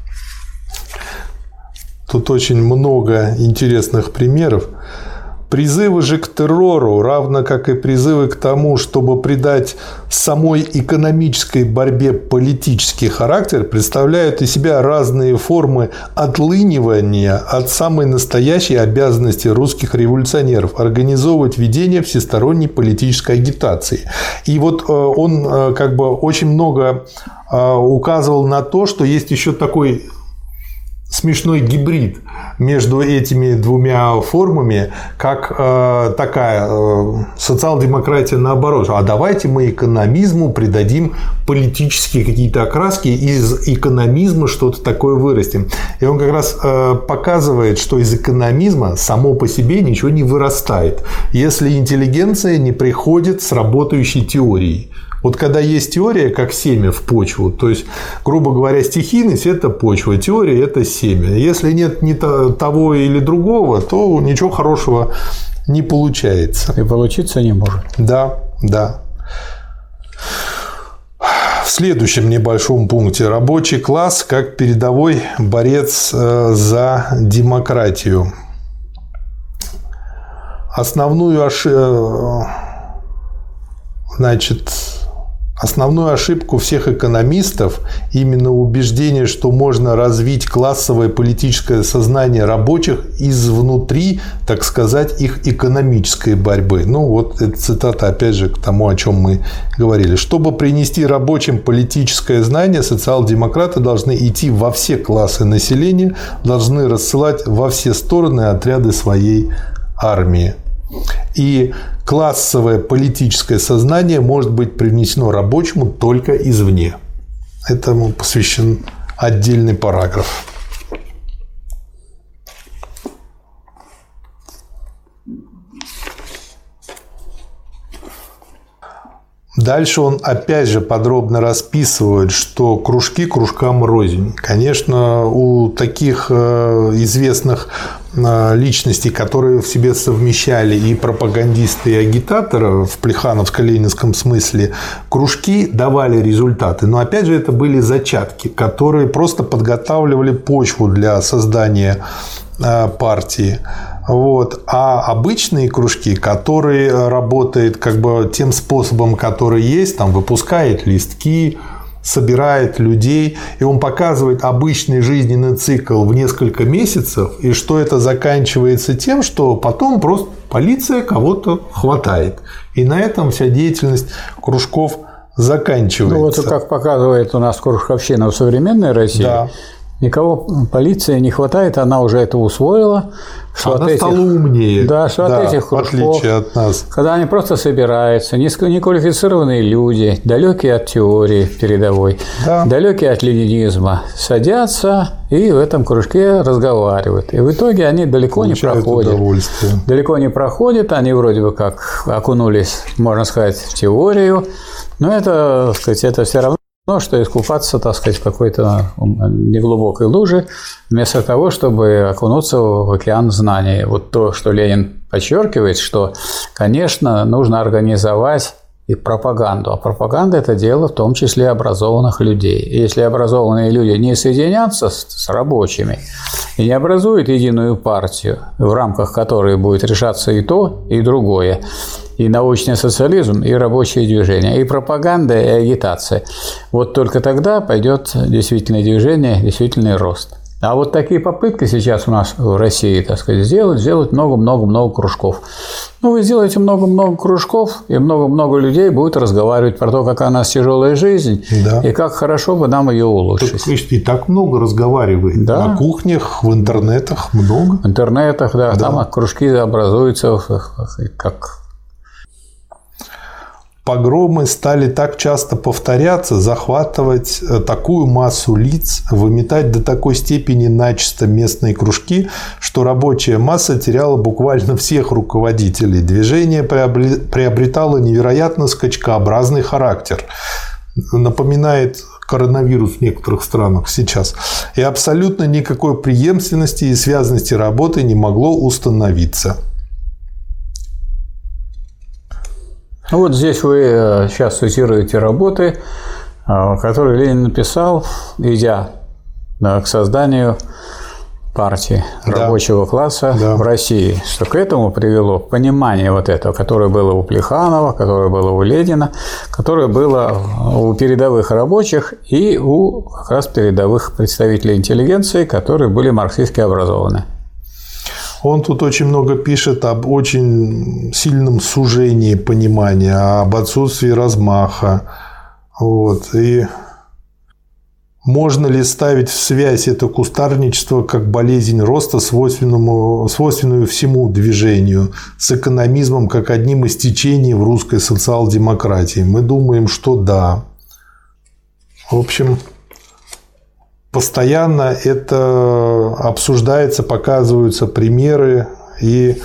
Тут очень много интересных примеров. Призывы же к террору, равно как и призывы к тому, чтобы придать самой экономической борьбе политический характер, представляют из себя разные формы отлынивания от самой настоящей обязанности русских революционеров – организовывать ведение всесторонней политической агитации. И вот он как бы очень много указывал на то, что есть еще такой смешной гибрид между этими двумя формами, как такая социал-демократия наоборот. А давайте мы экономизму придадим политические какие-то окраски, из экономизма что-то такое вырастим. И он как раз показывает, что из экономизма само по себе ничего не вырастает, если интеллигенция не приходит с работающей теорией. Вот когда есть теория, как семя в почву, то есть, грубо говоря, стихийность – это почва, теория – это семя. Если нет ни того или другого, то ничего хорошего не получается. И получиться не может. Да, да. В следующем небольшом пункте – рабочий класс как передовой борец за демократию. Основную ошибку всех экономистов именно убеждение, что можно развить классовое политическое сознание рабочих изнутри, так сказать, их экономической борьбы. Ну, вот эта цитата, опять же, к тому, о чем мы говорили. Чтобы принести рабочим политическое знание, социал-демократы должны идти во все классы населения, должны рассылать во все стороны отряды своей армии. И классовое политическое сознание может быть привнесено рабочему только извне. Этому посвящен отдельный параграф. Дальше он опять же подробно расписывает, что кружки кружкам рознь. Конечно, у таких известных личностей, которые в себе совмещали и пропагандисты, и агитаторы в плехановско-ленинском смысле, кружки давали результаты. Но опять же это были зачатки, которые просто подготавливали почву для создания партии. Вот. А обычные кружки, которые работают как бы тем способом, который есть, там выпускает листки, собирает людей, и он показывает обычный жизненный цикл в несколько месяцев, и что это заканчивается тем, что потом просто полиция кого-то хватает. И на этом вся деятельность кружков заканчивается. Ну, вот как показывает у нас кружковщина в современной России, да. Никого полиции не хватает, она уже это усвоила. Что она стала умнее. Да, что от этих кружков, в отличие от нас. Когда они просто собираются, неквалифицированные люди, далекие от теории передовой, далекие от ленинизма, садятся и в этом кружке разговаривают. И в итоге они далеко не проходят. Далеко не проходят, они вроде бы как окунулись, можно сказать, в теорию, но это, так сказать, это все равно, что искупаться, так сказать, в какой-то неглубокой луже, вместо того, чтобы окунуться в океан знаний. Вот то, что Ленин подчеркивает, что, конечно, нужно организовать и пропаганду. А пропаганда – это дело в том числе образованных людей. И если образованные люди не соединятся с рабочими и не образуют единую партию, в рамках которой будет решаться и то, и другое, и научный социализм, и рабочее движение, и пропаганда, и агитация. Вот только тогда пойдет действительное движение, действительный рост. А вот такие попытки сейчас у нас в России, так сказать, сделать много-много-много кружков. Ну, вы сделаете много-много кружков, и много-много людей будут разговаривать про то, какая у нас тяжелая жизнь, и как хорошо бы нам ее улучшить. Так, и так много разговаривает. Да. На кухнях, в интернетах много. В интернетах, да. Там кружки образуются как... Погромы стали так часто повторяться, захватывать такую массу лиц, выметать до такой степени начисто местные кружки, что рабочая масса теряла буквально всех руководителей. Движение приобретало невероятно скачкообразный характер. Напоминает коронавирус в некоторых странах сейчас, и абсолютно никакой преемственности и связанности работы не могло установиться. Вот здесь вы сейчас цитируете работы, которые Ленин написал, идя к созданию партии рабочего класса в России, что к этому привело понимание вот этого, которое было у Плеханова, которое было у Ленина, которое было у передовых рабочих и у как раз передовых представителей интеллигенции, которые были марксистски образованы. Он тут очень много пишет об очень сильном сужении понимания, об отсутствии размаха. Вот. И можно ли ставить в связь это кустарничество как болезнь роста, свойственную всему движению, с экономизмом как одним из течений в русской социал-демократии? Мы думаем, что да. В общем, постоянно это обсуждается, показываются примеры. И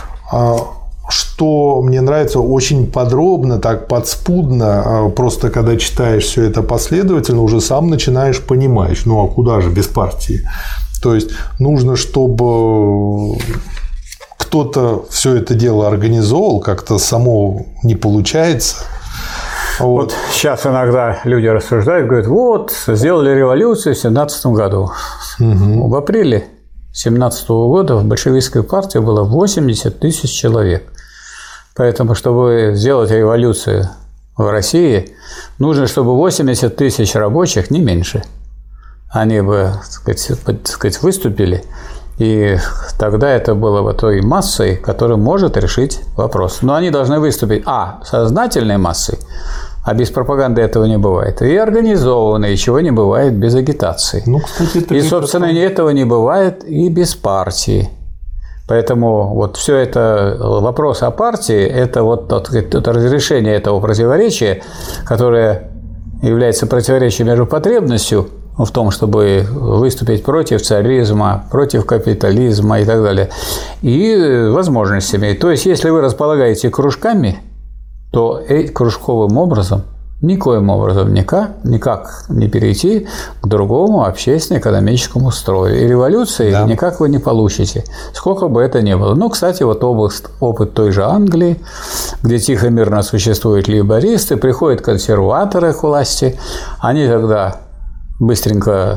что мне нравится, очень подробно, так подспудно, просто когда читаешь все это последовательно, уже сам начинаешь понимать, ну а куда же без партии? То есть нужно, чтобы кто-то все это дело организовал, как-то само не получается. Вот сейчас иногда люди рассуждают, говорят, вот, сделали революцию в 1917 году. Угу. В апреле 1917 года в большевистской партии было 80 тысяч человек. Поэтому, чтобы сделать революцию в России, нужно, чтобы 80 тысяч рабочих, не меньше, они бы, так сказать, выступили, и тогда это было бы той массой, которая может решить вопрос. Но они должны выступить, сознательной массой, а без пропаганды этого не бывает, и организованной, чего не бывает без агитации. Ну, кстати, и, собственно, этого не бывает и без партии. Поэтому вот все это вопрос о партии – это вот это разрешение этого противоречия, которое является противоречием между потребностью в том, чтобы выступить против царизма, против капитализма и так далее, и возможностями. То есть, если вы располагаете кружками, то кружковым образом никоим образом никак не перейти к другому общественно-экономическому строю. И революции никак вы не получите, сколько бы это ни было. Ну, кстати, вот опыт той же Англии, где тихо мирно существуют лейбористы, приходят консерваторы к власти, они тогда быстренько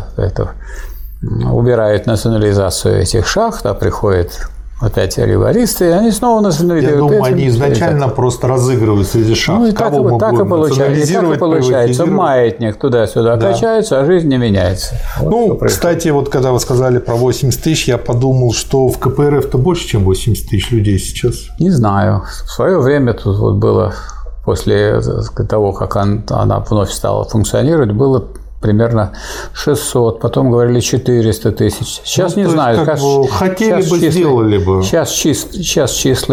убирают национализацию этих шахт, а приходят опять лейбористы, и они снова национализируют. Я думаю, они изначально просто разыгрывают среди шахт. Ну, и так и получается. Маятник туда-сюда качается, а жизнь не меняется. Вот кстати, вот когда вы сказали про 80 тысяч, я подумал, что в КПРФ-то больше, чем 80 тысяч людей сейчас. Не знаю. В свое время тут вот было, после того, как она вновь стала функционировать, было примерно 600, потом говорили 400 тысяч. Сейчас не знаю. Хотели бы, сделали бы. Сейчас числа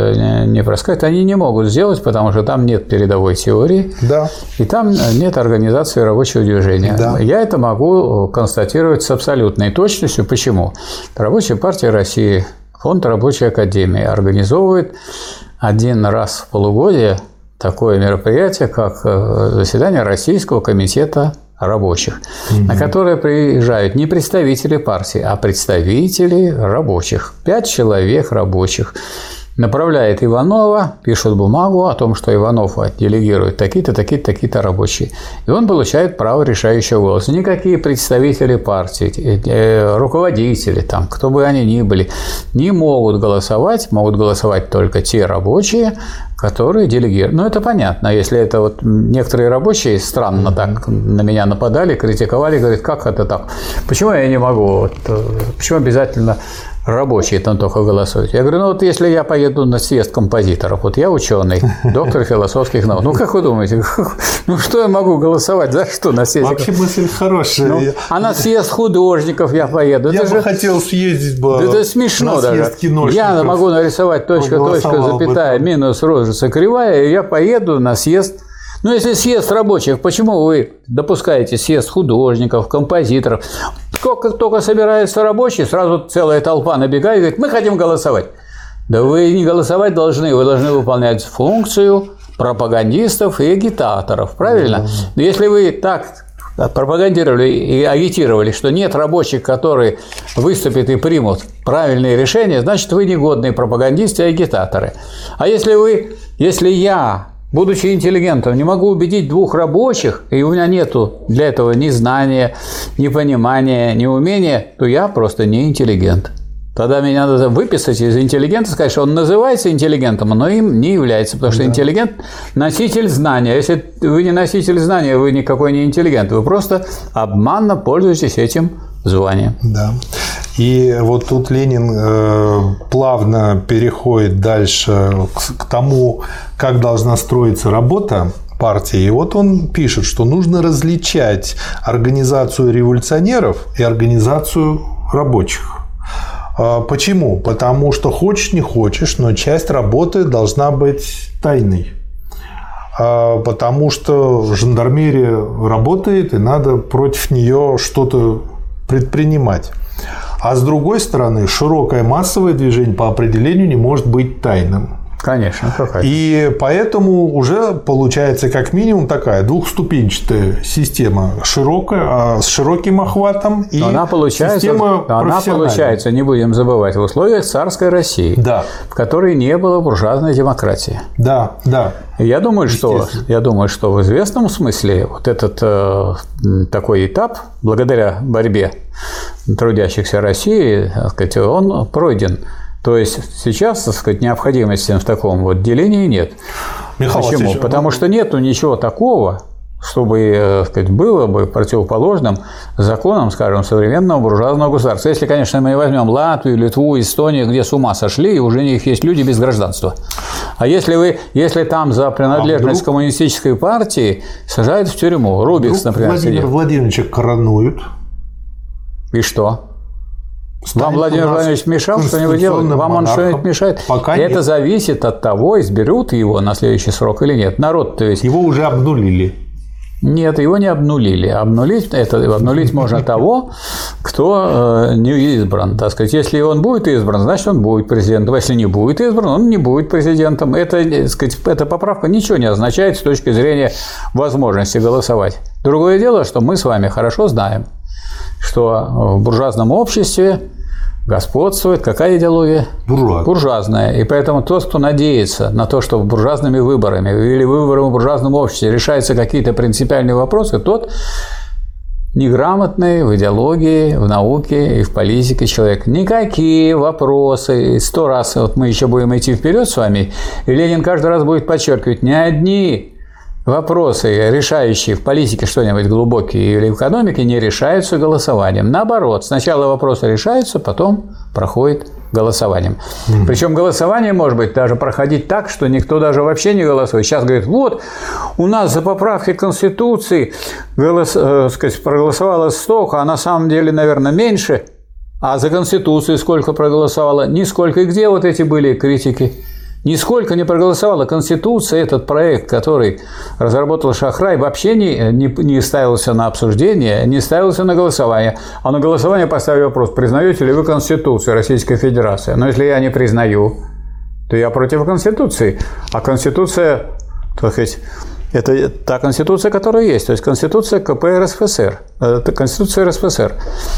не проскакивают. Они не могут сделать, потому что там нет передовой теории, и там нет организации рабочего движения. Я это могу констатировать с абсолютной точностью. Почему? Рабочая партия России, фонд Рабочей академии организовывает один раз в полугодие такое мероприятие, как заседание Российского комитета рабочих, на которые приезжают не представители партии, а представители рабочих. 5 человек рабочих. Направляет Иванова, пишет бумагу о том, что Иванов делегирует такие-то, такие-то, такие-то рабочие. И он получает право решающего голоса. Никакие представители партии, руководители, кто бы они ни были, не могут голосовать только те рабочие, которые делегируют. Ну, это понятно. Если это вот некоторые рабочие странно так на меня нападали, критиковали, говорят, как это так? Почему я не могу? Почему обязательно рабочие там только голосуют? Я говорю, если я поеду на съезд композиторов, вот я ученый, доктор философских наук, как вы думаете, что я могу голосовать, за что на съезде? Вообще мысль хорошая. А на съезд художников я поеду. Я бы хотел съездить бы. Это смешно даже. Я могу нарисовать точка, запятая, минус, рожица, кривая, и я поеду на съезд. Если съезд рабочих, почему вы допускаете съезд художников, композиторов? Как только собираются рабочие, сразу целая толпа набегает и говорит, мы хотим голосовать. Да вы не голосовать должны, вы должны выполнять функцию пропагандистов и агитаторов, правильно? Но если вы так пропагандировали и агитировали, что нет рабочих, которые выступят и примут правильные решения, значит, вы негодные пропагандисты и агитаторы. А если я, будучи интеллигентом, не могу убедить двух рабочих, и у меня нету для этого ни знания, ни понимания, ни умения, то я просто не интеллигент. Тогда меня надо выписать из интеллигента, сказать, что он называется интеллигентом, но им не является, потому что интеллигент – носитель знания. Если вы не носитель знания, вы никакой не интеллигент, вы просто обманно пользуетесь этим званием. Да. И вот тут Ленин плавно переходит дальше к тому, как должна строиться работа партии. И вот он пишет, что нужно различать организацию революционеров и организацию рабочих. Почему? Потому что хочешь не хочешь, но часть работы должна быть тайной. Потому что жандармерия работает, и надо против нее что-то предпринимать. А с другой стороны, широкое массовое движение по определению не может быть тайным. Конечно, какая-то. И поэтому уже получается как минимум такая двухступенчатая система, широкая, с широким охватом, и она система профессиональная. Она получается, не будем забывать, в условиях царской России, да, в которой не было буржуазной демократии. Да, да. Я думаю, что в известном смысле вот этот такой этап, благодаря борьбе трудящихся России, так сказать, он пройден. То есть сейчас, так сказать, необходимости в таком вот делении нет. Почему? Потому что нету ничего такого, чтобы, так сказать, было бы противоположным законам, скажем, современного буржуазного государства. Если, конечно, мы возьмем Латвию, Литву, Эстонию, где с ума сошли, и уже у них есть люди без гражданства. А если там за принадлежность к коммунистической партии сажают в тюрьму, Рубикс, например, Владимира Владимировича коронуют. И что? Вам Владимир Владимирович мешал что-нибудь делать? Вам он что-нибудь мешает? Это зависит от того, изберут его на следующий срок или нет. Народ-то ведь... Его уже обнулили. Нет, его не обнулили. Обнулить можно того, кто не избран. Так сказать, если он будет избран, значит, он будет президентом. Если не будет избран, он не будет президентом. Эта поправка ничего не означает с точки зрения возможности голосовать. Другое дело, что мы с вами хорошо знаем, что в буржуазном обществе господствует какая идеология? Буржуазная. И поэтому тот, кто надеется на то, что буржуазными выборами или выборами в буржуазном обществе решаются какие-то принципиальные вопросы, тот неграмотный в идеологии, в науке и в политике человек. Никакие вопросы. 100 раз вот мы еще будем идти вперед с вами, и Ленин каждый раз будет подчеркивать, ни одни вопросы, решающие в политике что-нибудь глубокие или в экономике, не решаются голосованием. Наоборот, сначала вопросы решаются, потом проходит голосованием. Причем голосование может быть даже проходить так, что никто даже вообще не голосует. Сейчас говорит, вот у нас за поправки Конституции проголосовало столько, а на самом деле, наверное, меньше. А за Конституцию сколько проголосовало? Нисколько. И где вот эти были критики? Нисколько не проголосовала. Конституция, этот проект, который разработал Шахрай, вообще не ставился на обсуждение, не ставился на голосование. А на голосование поставили вопрос, признаете ли вы Конституцию Российской Федерации? Но если я не признаю, то я против Конституции. А Конституция, так сказать, это та Конституция, которая есть, то есть Конституция КП РСФСР. Это Конституция РСФСР.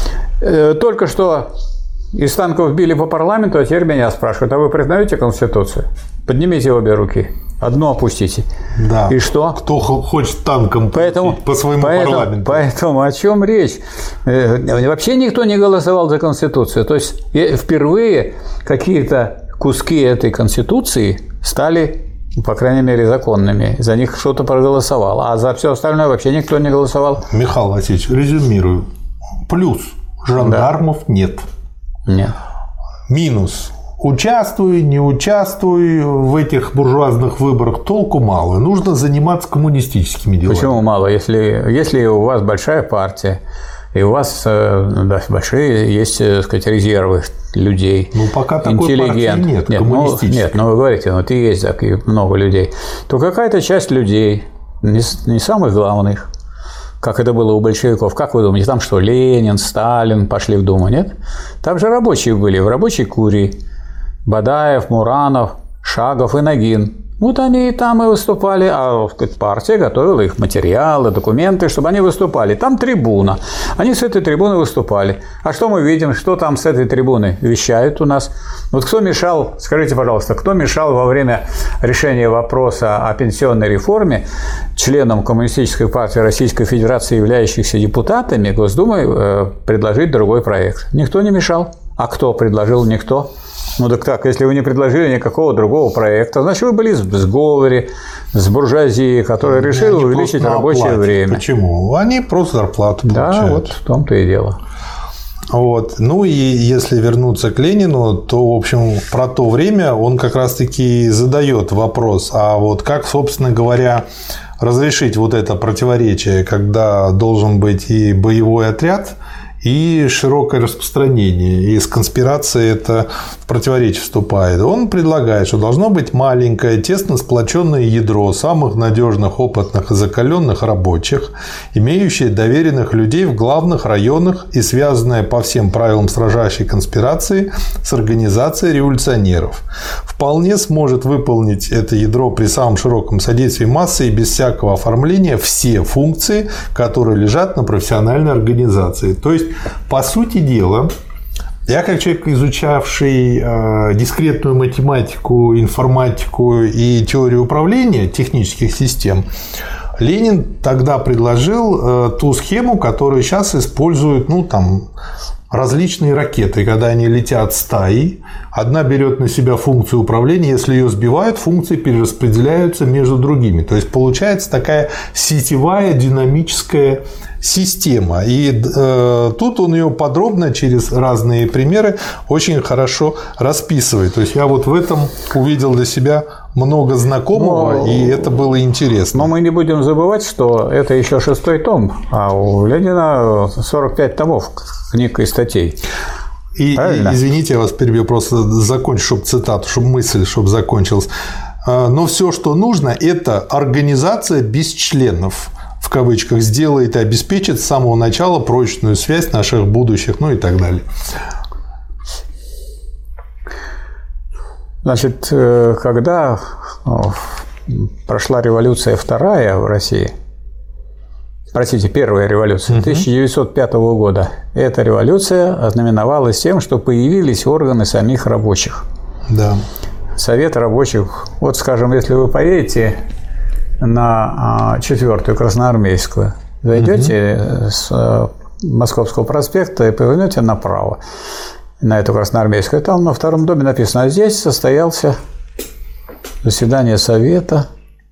Только что из танков били по парламенту, а теперь меня спрашивают, а вы признаете Конституцию? Поднимите обе руки, одну опустите. Да. И что? Кто хочет танком по своему парламенту. Поэтому о чем речь? Вообще никто не голосовал за Конституцию. То есть впервые какие-то куски этой Конституции стали, по крайней мере, законными. За них что-то проголосовало. А за все остальное вообще никто не голосовал. Михаил Васильевич, резюмирую. Плюс. Жандармов нет. Нет. Минус. Участвуй, не участвуй в этих буржуазных выборах, толку мало. Нужно заниматься коммунистическими делами. Почему мало? Если у вас большая партия, и у вас большие есть, так сказать, резервы людей, пока такой партии нет, нет, но вы говорите, вот и есть много людей, то какая-то часть людей, не самых главных, как это было у большевиков. Как вы думаете, там что, Ленин, Сталин пошли в Думу, нет? Там же рабочие были, в рабочей курии. Бадаев, Муранов, Шагов и Нагин. Вот они и там и выступали, а партия готовила их материалы, документы, чтобы они выступали. Там трибуна. Они с этой трибуны выступали. А что мы видим, что там с этой трибуны вещают у нас? Вот кто мешал, скажите, пожалуйста, кто мешал во время решения вопроса о пенсионной реформе членам Коммунистической партии Российской Федерации, являющихся депутатами Госдумы, предложить другой проект? Никто не мешал. А кто предложил? Никто. Ну так, если вы не предложили никакого другого проекта, значит, вы были в сговоре с буржуазией, которая решила увеличить рабочее время. Почему? Они просто зарплату получают. Да, вот в том-то и дело. Вот. Ну и если вернуться к Ленину, то, в общем, про то время он как раз-таки задает вопрос, а вот как, собственно говоря, разрешить вот это противоречие, когда должен быть и боевой отряд, и широкое распространение. И с конспирацией это в противоречие вступает. Он предлагает, что должно быть маленькое, тесно сплоченное ядро самых надежных, опытных и закаленных рабочих, имеющее доверенных людей в главных районах и связанное по всем правилам сражающей конспирации с организацией революционеров. Вполне сможет выполнить это ядро при самом широком содействии массы и без всякого оформления все функции, которые лежат на профессиональной организации. То есть, по сути дела, я как человек, изучавший дискретную математику, информатику и теорию управления технических систем, Ленин тогда предложил ту схему, которую сейчас используют, различные ракеты, когда они летят стаей, одна берет на себя функцию управления, если ее сбивают, функции перераспределяются между другими. То есть получается такая сетевая динамическая система. И тут он ее подробно через разные примеры очень хорошо расписывает. То есть я вот в этом увидел для себя много знакомого, и это было интересно. Но мы не будем забывать, что это еще 6-й том, а у Ленина 45 томов книг и статей. И извините, я вас перебью, просто закончу, чтобы цитату, чтобы мысль, чтобы закончилась. Но все, что нужно, это организация без членов, в кавычках, сделает и обеспечит с самого начала прочную связь наших будущих, и так далее. Значит, когда прошла революция вторая в России, первая революция 1905 года, эта революция ознаменовалась тем, что появились органы самих рабочих. Да. Совет рабочих. Вот, скажем, если вы поедете на 4-ю Красноармейскую, зайдете с Московского проспекта и повернете направо на эту Красноармейскую, там на 2-м доме написано: а здесь состоялся заседание Совета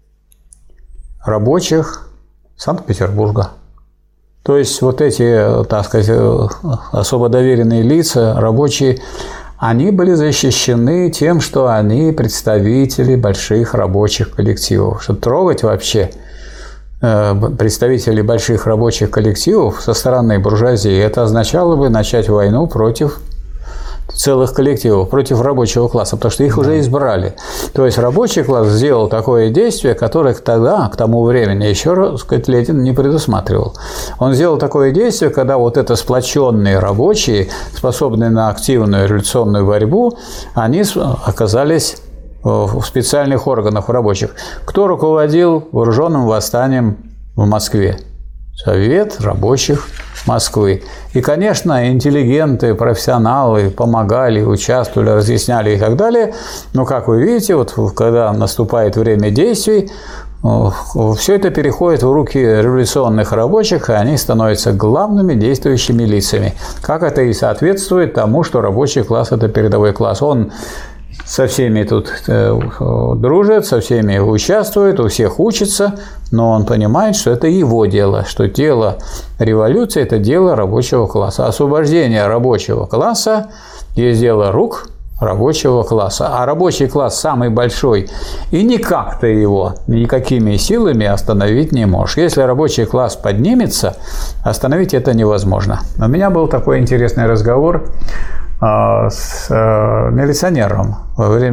рабочих Санкт-Петербурга. То есть вот эти, так сказать, особо доверенные лица, рабочие, они были защищены тем, что они представители больших рабочих коллективов. Что трогать вообще представителей больших рабочих коллективов со стороны буржуазии, это означало бы начать войну против целых коллективов, против рабочего класса, потому что их уже избрали. То есть рабочий класс сделал такое действие, которое тогда, к тому времени, еще раз сказать, Ленин не предусматривал. Он сделал такое действие, когда вот это сплоченные рабочие, способные на активную революционную борьбу, они оказались в специальных органах рабочих. Кто руководил вооруженным восстанием в Москве? Совет рабочих Москвы. И, конечно, интеллигенты, профессионалы помогали, участвовали, разъясняли и так далее. Но, как вы видите, вот когда наступает время действий, все это переходит в руки революционных рабочих, и они становятся главными действующими лицами. Как это и соответствует тому, что рабочий класс – это передовой класс. Он со всеми тут дружит, со всеми участвует, у всех учится, но он понимает, что это его дело, что дело революции – это дело рабочего класса. Освобождение рабочего класса есть дело рук рабочего класса. А рабочий класс самый большой, и никак ты его никакими силами остановить не можешь. Если рабочий класс поднимется, остановить это невозможно. У меня был такой интересный разговор с милиционером во время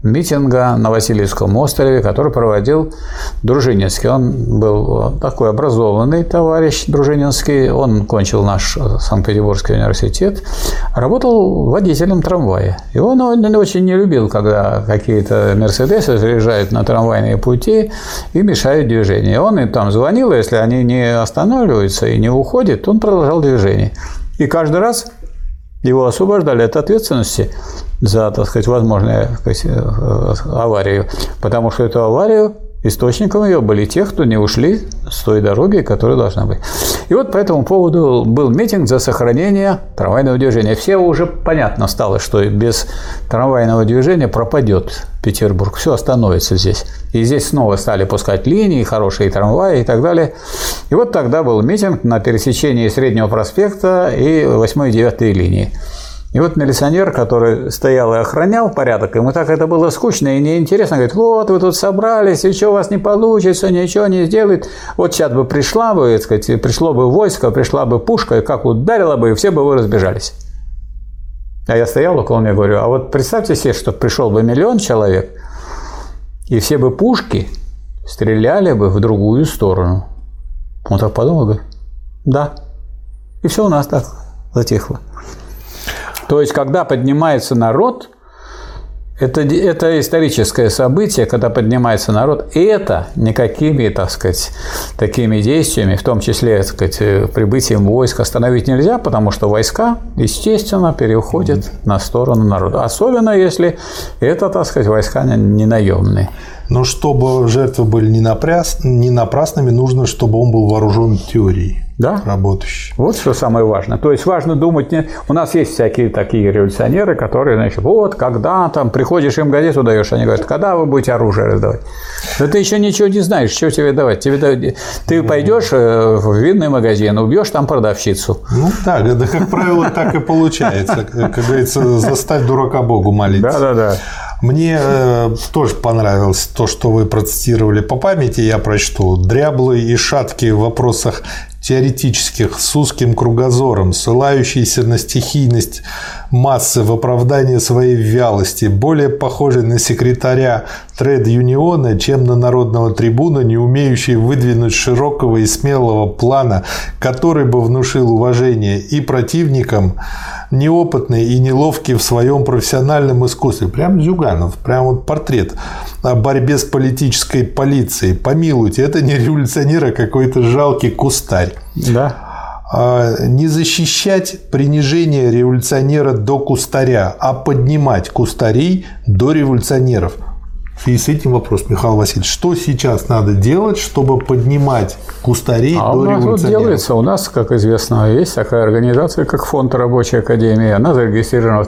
митинга на Васильевском острове, который проводил Дружининский. Он был такой образованный товарищ Дружининский, он кончил наш Санкт-Петербургский университет, работал водителем трамвая. И он очень не любил, когда какие-то мерседесы заезжают на трамвайные пути и мешают движению. Он им там звонил, если они не останавливаются и не уходят, он продолжал движение. И каждый раз его освобождали от ответственности за, так сказать, возможную, так сказать, аварию, потому что эту аварию источником ее были те, кто не ушли с той дороги, которая должна быть. И вот по этому поводу был митинг за сохранение трамвайного движения. Все уже понятно стало, что без трамвайного движения пропадет Петербург, все остановится здесь. И здесь снова стали пускать линии, хорошие трамваи и так далее. И вот тогда был митинг на пересечении Среднего проспекта и 8 и 9 линии. И вот милиционер, который стоял и охранял порядок, ему так это было скучно и неинтересно, говорит: вот вы тут собрались, и что у вас не получится, ничего не сделает. Вот сейчас бы пришла бы, так сказать, пришло бы войско, пришла бы пушка, и как ударила бы, и все бы вы разбежались. А я стоял около него и говорю: а вот представьте себе, что пришел бы 1 000 000 человек, и все бы пушки стреляли бы в другую сторону. Он так подумал, говорит: да. И все у нас так затихло. То есть, когда поднимается народ, это историческое событие, когда поднимается народ, это никакими, так сказать, такими действиями, в том числе, так сказать, прибытием войск, остановить нельзя, потому что войска, естественно, переходят на сторону народа. Особенно, если это, так сказать, войска не наемные. Но чтобы жертвы были не напрасными, нужно, чтобы он был вооружен теорией. Да? Работающий. Вот что самое важное. То есть важно думать. У нас есть всякие такие революционеры, которые, значит, вот когда там приходишь им газету даешь, они говорят: когда вы будете оружие раздавать? Да ты еще ничего не знаешь, что тебе давать. Ты пойдешь в винный магазин, убьешь там продавщицу. Ну так, это, как правило, так и получается. Как говорится, заставь дурака Богу молиться. Да. Мне тоже понравилось то, что вы процитировали по памяти, я прочту. Дряблый и шаткий в вопросах теоретических, с узким кругозором, ссылающийся на стихийность массы в оправдании своей вялости, более похожий на секретаря тред-юниона, чем на народного трибуна, не умеющий выдвинуть широкого и смелого плана, который бы внушил уважение и противникам, неопытный и неловкий в своем профессиональном искусстве. Прям Зюганов, прям вот портрет о борьбе с политической полицией. Помилуйте, это не революционер, а какой-то жалкий кустарь. Да. Не защищать принижение революционера до кустаря, а поднимать кустарей до революционеров. И с этим вопрос, Михаил Васильевич, что сейчас надо делать, чтобы поднимать кустарей до революционеров? Вот делается. У нас, как известно, есть такая организация, как Фонд Рабочей Академии. Она зарегистрирована в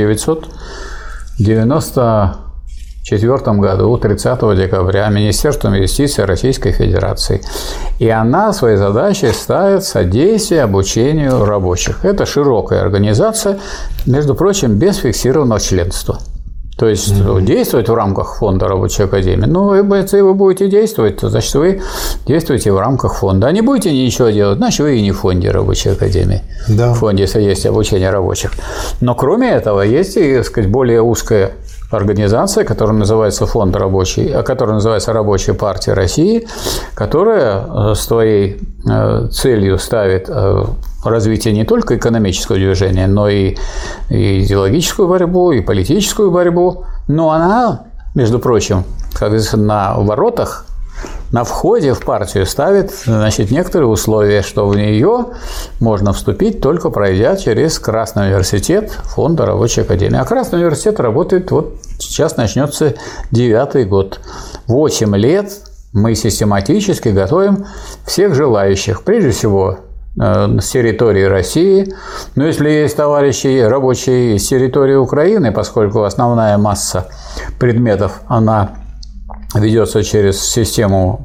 1994 году, 30 декабря, Министерством юстиции Российской Федерации. И она своей задачей ставит содействие обучению рабочих. Это широкая организация, между прочим, без фиксированного членства. То есть действовать в рамках фонда Рабочей Академии. Ну, если вы будете действовать, то значит вы действуете в рамках фонда. А не будете ничего делать, значит вы и не в фонде Рабочей Академии. Да. В фонде, если есть обучение рабочих. Но кроме этого, есть и, так сказать, более узкая организация, которая называется Фонд Рабочий, которая называется Рабочая партия России, которая своей целью ставит развитие не только экономического движения, но и идеологическую борьбу, и политическую борьбу. Но она, между прочим, как говорится, на воротах, на входе в партию ставит, значит, некоторые условия, что в нее можно вступить, только пройдя через Красный университет Фонда Рабочей Академии. А Красный университет работает, вот сейчас начнется 9-й год. 8 лет мы систематически готовим всех желающих, прежде всего, с территории России. Но если есть товарищи рабочие с территории Украины, поскольку основная масса предметов, она ведется через систему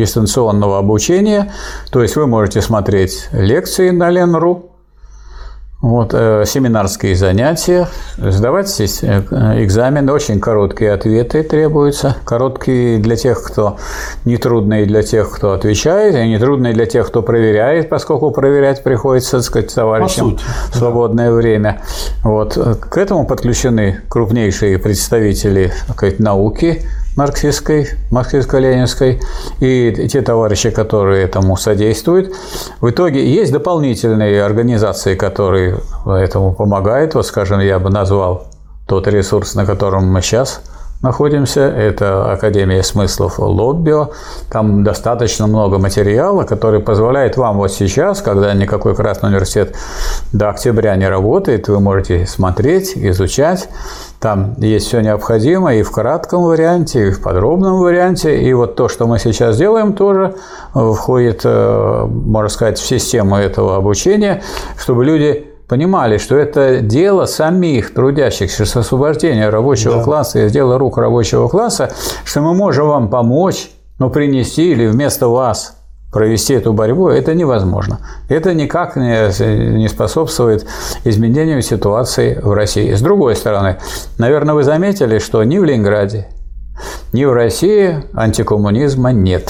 дистанционного обучения, то есть вы можете смотреть лекции на Ленру, Вот, семинарские занятия, сдавать экзамены, очень короткие ответы требуются, короткие для тех, кто нетрудные для тех, кто отвечает, и нетрудные для тех, кто проверяет, поскольку проверять приходится, так сказать, товарищам в свободное время. Вот. К этому подключены крупнейшие представители, так сказать, науки марксистской, марксистско-ленинской, и те товарищи, которые этому содействуют. В итоге есть дополнительные организации, которые этому помогают. Вот, скажем, я бы назвал тот ресурс, на котором мы сейчас находимся. Это Академия смыслов Лоббио. Там достаточно много материала, который позволяет вам вот сейчас, когда никакой Красный университет до октября не работает, вы можете смотреть, изучать. Там есть все необходимое и в кратком варианте, и в подробном варианте. И вот то, что мы сейчас делаем, тоже входит, можно сказать, в систему этого обучения, чтобы люди понимали, что это дело самих трудящихся, с освобождения рабочего класса и дело рук рабочего класса, что мы можем вам помочь, но принести или вместо вас провести эту борьбу, это невозможно. Это никак не способствует изменению ситуации в России. С другой стороны, наверное, вы заметили, что ни в Ленинграде, ни в России антикоммунизма нет.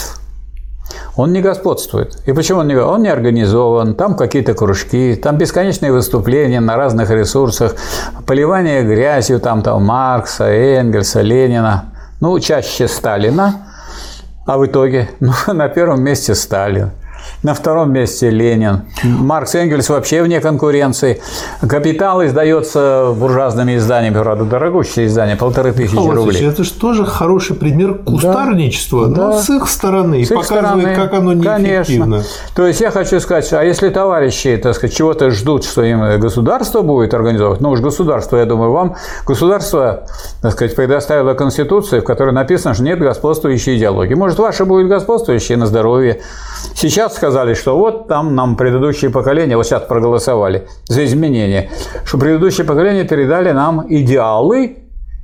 Он не господствует. И почему он не? Он не организован, там какие-то кружки, там бесконечные выступления на разных ресурсах, поливание грязью там Маркса, Энгельса, Ленина, ну, чаще Сталина, а в итоге на первом месте Сталин. На втором месте Ленин. Маркс и Энгельс вообще вне конкуренции. «Капитал» издается буржуазными изданиями, правда, дорогущее издание, 1500 рублей. Это же тоже хороший пример кустарничества, да, но с их стороны, с их показывает, стороны, как оно неэффективно. Конечно. То есть я хочу сказать, а если товарищи, так сказать, чего-то ждут, что им государство будет организовывать, ну уж государство, я думаю, вам государство, так сказать, предоставило Конституцию, в которой написано, что нет господствующей идеологии. Может, ваша будет господствующая на здоровье. Сейчас сказали, что вот там нам предыдущие поколения, вот сейчас проголосовали за изменения, что предыдущие поколения передали нам идеалы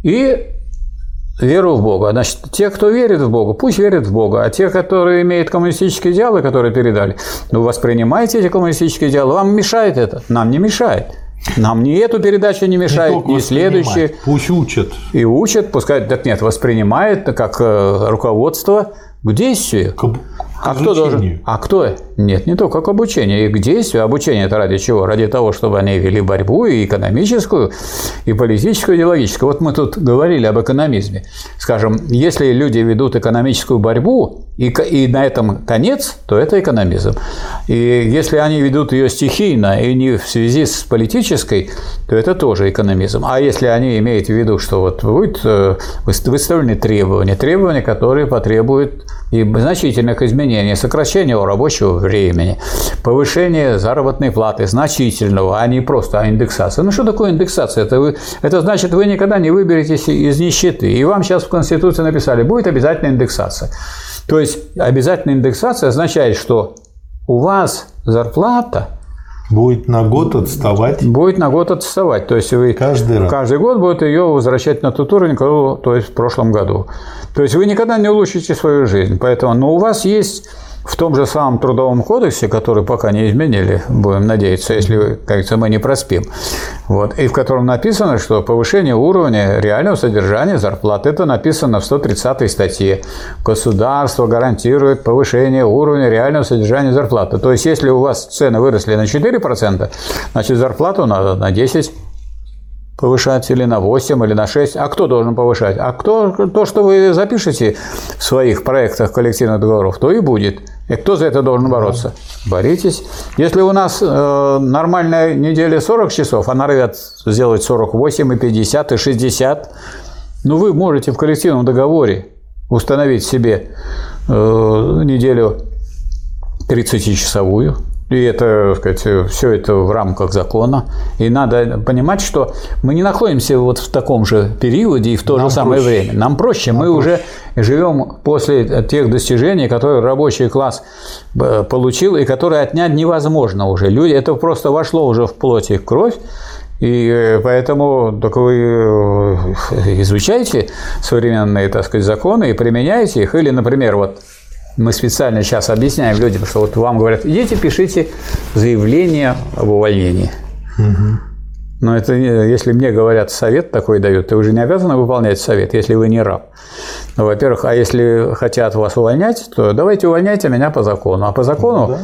и веру в Бога. Значит, те, кто верит в Бога, пусть верят в Бога, а те, которые имеют коммунистические идеалы, которые передали, ну, воспринимайте эти коммунистические идеалы, вам мешает это? Нам не мешает. Нам ни эту передачу не мешает, ни следующие. Пусть учат. И учат, пускай, так нет, воспринимает как руководство к действию. А кто должен? А кто? Нет, не только к обучению, и к действию. Обучение – это ради чего? Ради того, чтобы они вели борьбу и экономическую, и политическую, и идеологическую. Вот мы тут говорили об экономизме. Скажем, если люди ведут экономическую борьбу, и на этом конец, то это экономизм. И если они ведут ее стихийно и не в связи с политической, то это тоже экономизм. А если они имеют в виду, что вот будут выставлены требования, которые потребуют и значительных изменений, сокращения рабочего времени, повышения заработной платы значительного, а не просто индексация. Ну, что такое индексация? Это значит, вы никогда не выберетесь из нищеты. И вам сейчас в Конституции написали, будет обязательная индексация. То есть обязательная индексация означает, что у вас зарплата будет на год отставать. Будет на год отставать. То есть вы каждый год будете ее возвращать на тот уровень, то есть в прошлом году. То есть вы никогда не улучшите свою жизнь. Поэтому, но у вас есть в том же самом Трудовом кодексе, который пока не изменили, будем надеяться, если, как говорится, мы не проспим, вот, и в котором написано, что повышение уровня реального содержания зарплаты, это написано в 130 статье. Государство гарантирует повышение уровня реального содержания зарплаты. То есть, если у вас цены выросли на 4%, значит, зарплату надо на 10% повышать, или на 8, или на 6. А кто должен повышать? А то, что вы запишете в своих проектах коллективных договоров, то и будет. И кто за это должен бороться? Боритесь. Если у нас нормальная неделя 40 часов, а норовят сделать 48, и 50, и 60, ну, вы можете в коллективном договоре установить себе неделю 30-часовую. И это, так сказать, все это в рамках закона. И надо понимать, что мы не находимся вот в таком же периоде и в то же самое время. Нам проще. Мы уже живем после тех достижений, которые рабочий класс получил, и которые отнять невозможно уже. Люди, это просто вошло уже в плоть и кровь. И поэтому только вы изучайте современные, так сказать, законы и применяйте их. Или, например, вот мы специально сейчас объясняем людям, что вот вам говорят, идите, пишите заявление об увольнении. Но это, если мне говорят, совет такой дают, ты уже не обязан выполнять совет, если вы не раб. Ну, во-первых, а если хотят вас увольнять, то давайте увольняйте меня по закону. А по закону,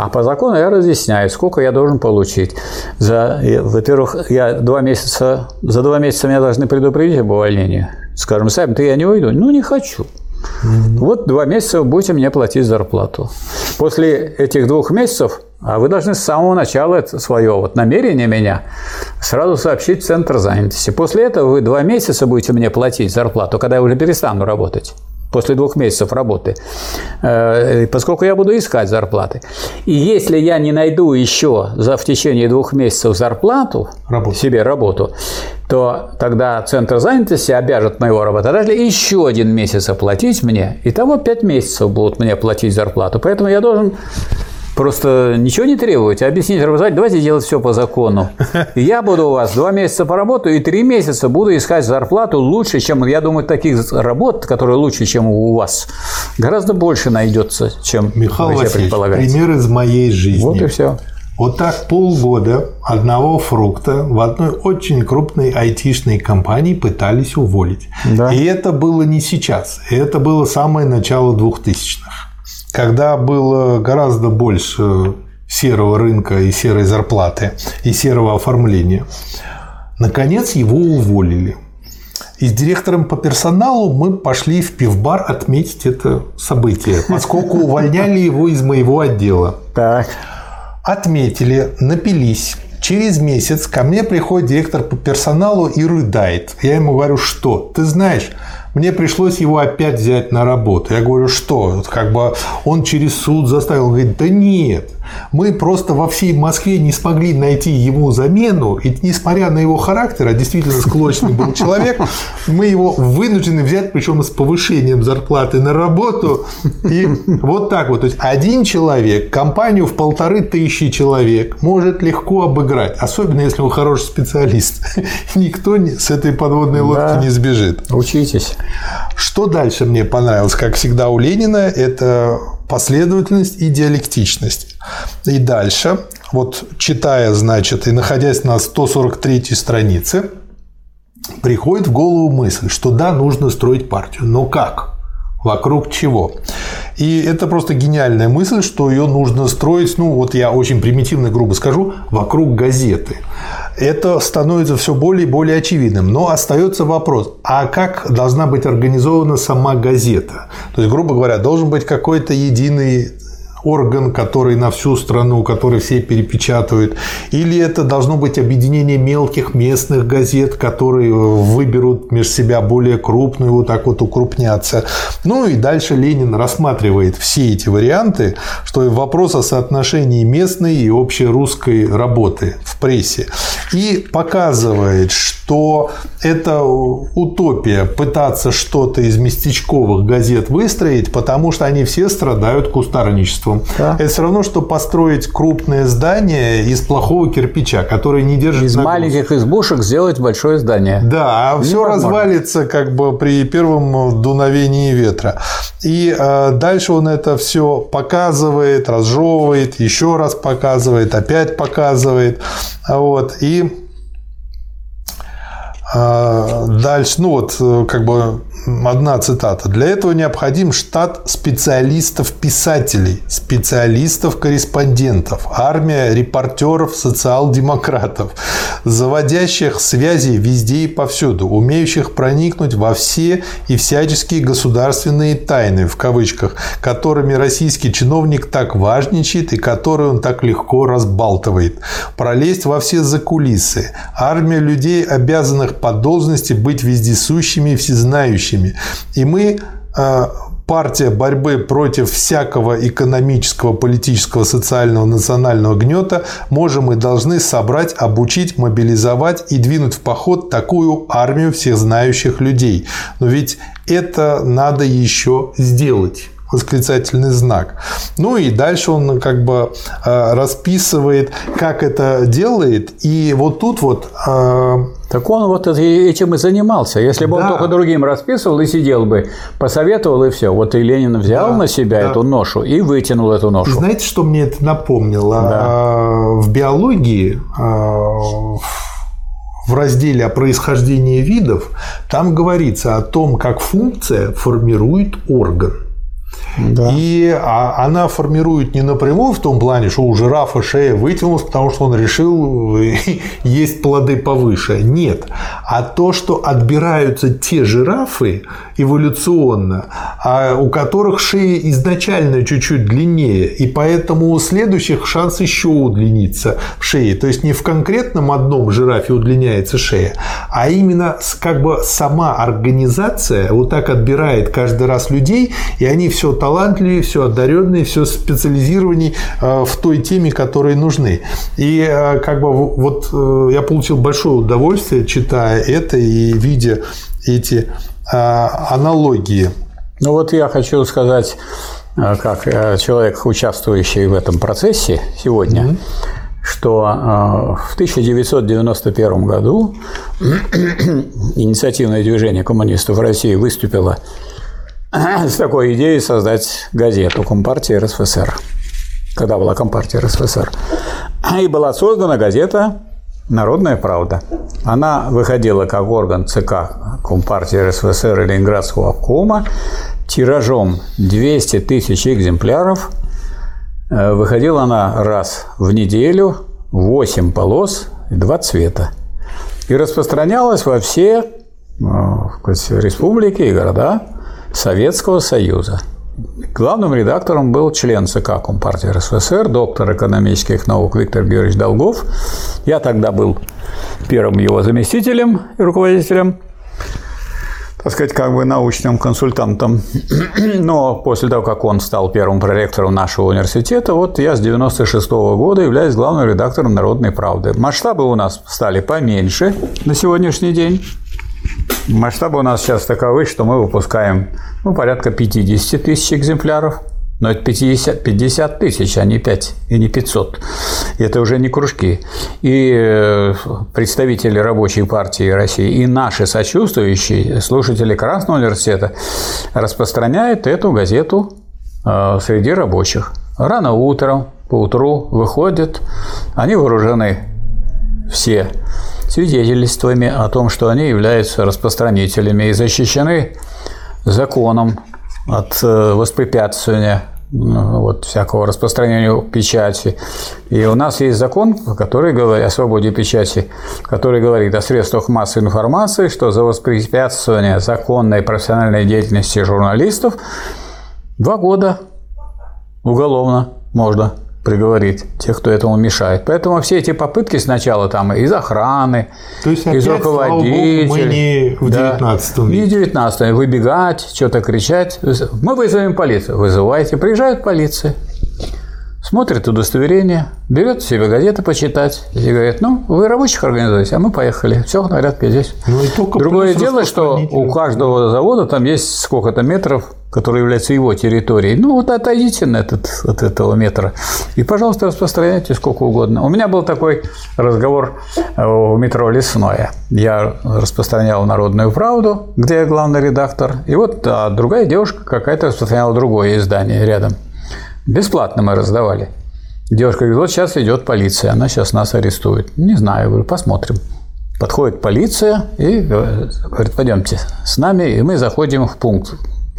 я разъясняю, сколько я должен получить. Во-первых, за 2 месяца меня должны предупредить об увольнении. Скажем, Сабин, я не уйду. Ну, не хочу. Вот 2 месяца вы будете мне платить зарплату. После этих 2 месяцев, а вы должны с самого начала свое намерение меня сразу сообщить в Центр занятости. После этого вы 2 месяца будете мне платить зарплату, когда я уже перестану работать. После 2 месяцев работы, поскольку я буду искать зарплаты. И если я не найду еще в течение 2 месяцев себе работу, то тогда Центр занятости обяжет моего работодателя еще 1 месяц оплатить мне. Итого 5 месяцев будут мне платить зарплату. Поэтому я должен просто ничего не требовать, а объяснить работодателю, давайте делать все по закону. И я буду у вас 2 месяца поработаю, и 3 месяца буду искать зарплату лучше, чем, я думаю, таких работ, которые лучше, чем у вас, гораздо больше найдется, чем Михаил Васильевич, пример из моей жизни. Вот и все. Вот так полгода одного фрукта в одной очень крупной айтишной компании пытались уволить. Да. И это было не сейчас, это было самое начало 2000-х. Когда было гораздо больше серого рынка и серой зарплаты, и серого оформления, наконец его уволили. И с директором по персоналу мы пошли в пивбар отметить это событие, поскольку увольняли его из моего отдела. Так. Отметили, напились. Через месяц ко мне приходит директор по персоналу и рыдает. Я ему говорю, что? Ты знаешь, мне пришлось его опять взять на работу. Я говорю, что? Он через суд заставил. Он говорит, да нет, мы просто во всей Москве не смогли найти ему замену. И несмотря на его характер, а действительно склочный был человек, мы его вынуждены взять, причем с повышением зарплаты на работу. И вот так вот. То есть один человек компанию в 1500 человек может легко обыграть. Особенно, если он хороший специалист. Никто с этой подводной лодки не сбежит. Учитесь. Что дальше мне понравилось? Как всегда у Ленина, это последовательность и диалектичность. И дальше, читая, и находясь на 143-й странице, приходит в голову мысль, что да, нужно строить партию. Но как? Вокруг чего? И это просто гениальная мысль, что ее нужно строить, я очень примитивно, грубо скажу, вокруг газеты. Это становится все более и более очевидным. Но остается вопрос, а как должна быть организована сама газета? То есть, грубо говоря, должен быть какой-то единый орган, который на всю страну, который все перепечатывают, или это должно быть объединение мелких местных газет, которые выберут между себя более крупную, укрупнятся. И дальше Ленин рассматривает все эти варианты, что вопрос о соотношении местной и общерусской работы в прессе. И показывает, что это утопия пытаться что-то из местечковых газет выстроить, потому что они все страдают кустарничеством. Да. Это все равно, что построить крупное здание из плохого кирпича, который не держит из маленьких избушек сделать большое здание. Да, а все развалится при первом дуновении ветра. И дальше он это все показывает, разжевывает, еще раз показывает, опять показывает. И дальше, одна цитата. Для этого необходим штат специалистов-писателей, специалистов-корреспондентов, армия репортеров, социал-демократов, заводящих связи везде и повсюду, умеющих проникнуть во все и всяческие государственные тайны, в кавычках, которыми российский чиновник так важничает и которые он так легко разбалтывает, пролезть во все закулисы, армия людей, обязанных по должности быть вездесущими и всезнающими. И мы, партия борьбы против всякого экономического, политического, социального, национального гнета, можем и должны собрать, обучить, мобилизовать и двинуть в поход такую армию всезнающих людей. Но ведь это надо еще сделать. Восклицательный знак. И дальше он расписывает, как это делает. И тут Так он вот этим и занимался. Если бы он только другим расписывал и сидел бы, посоветовал и все. Вот и Ленин взял на себя эту ношу и вытянул эту ношу. И знаете, что мне это напомнило? В биологии, в разделе о происхождении видов, там говорится о том, как функция формирует орган. Да. И она формирует не напрямую в том плане, что у жирафа шея вытянулась, потому что он решил есть плоды повыше. Нет. А то, что отбираются те жирафы эволюционно, у которых шея изначально чуть-чуть длиннее, и поэтому у следующих шанс еще удлиниться в шее. То есть не в конкретном одном жирафе удлиняется шея, а именно как бы сама организация вот так отбирает каждый раз людей, и они все талантливее, все одаренные, все специализированнее в той теме, которые нужны. И как бы вот я получил большое удовольствие, читая это и видя эти аналогии. Ну вот я хочу сказать, как человек, участвующий в этом процессе сегодня, что в 1991 году инициативное движение коммунистов России выступило с такой идеей создать газету Компартии РСФСР, когда была Компартия РСФСР. И была создана газета «Народная правда». Она выходила как орган ЦК Компартии РСФСР и Ленинградского обкома тиражом 200 тысяч экземпляров. Выходила она раз в неделю, 8 полос и 2 цвета. И распространялась во все республики и города Советского Союза. Главным редактором был член ЦК Компартии РСФСР, доктор экономических наук Виктор Георгиевич Долгов. Я тогда был первым его заместителем и руководителем, так сказать, как бы научным консультантом. Но после того, как он стал первым проректором нашего университета, вот я с 1996 года являюсь главным редактором «Народной правды». Масштабы у нас стали поменьше на сегодняшний день. Масштабы у нас сейчас таковы, что мы выпускаем порядка 50 тысяч экземпляров. Но это 50 тысяч, а не 5 и не 500. И это уже не кружки. И представители Рабочей партии России, и наши сочувствующие слушатели Красного университета распространяют эту газету среди рабочих. Рано утром, поутру выходят, они вооружены все свидетельствами о том, что они являются распространителями и защищены законом от воспрепятствования всякого распространения печати. И у нас есть закон, который говорит о свободе печати, который говорит о средствах массовой информации, что за воспрепятствование законной профессиональной деятельности журналистов 2 года уголовно можно приговорить тех, кто этому мешает. Поэтому все эти попытки сначала там из охраны, из руководителей, мы не в 19 веке. Не в 19 выбегать, что-то кричать. Мы вызовем полицию. Вызывайте. Приезжает полиция, смотрит удостоверение, берет себе газеты почитать и говорит: вы рабочих организуете, а мы поехали. Все в порядке здесь. Другое дело, что у каждого завода там есть сколько-то метров, который является его территорией. Отойдите от этого метра и, пожалуйста, распространяйте сколько угодно. У меня был такой разговор в метро Лесное. Я распространял «Народную правду», где я главный редактор, и другая девушка какая-то распространяла другое издание рядом. Бесплатно мы раздавали. Девушка говорит: вот сейчас идет полиция, она сейчас нас арестует. Не знаю, я говорю: посмотрим. Подходит полиция и говорит: пойдемте с нами, и мы заходим в пункт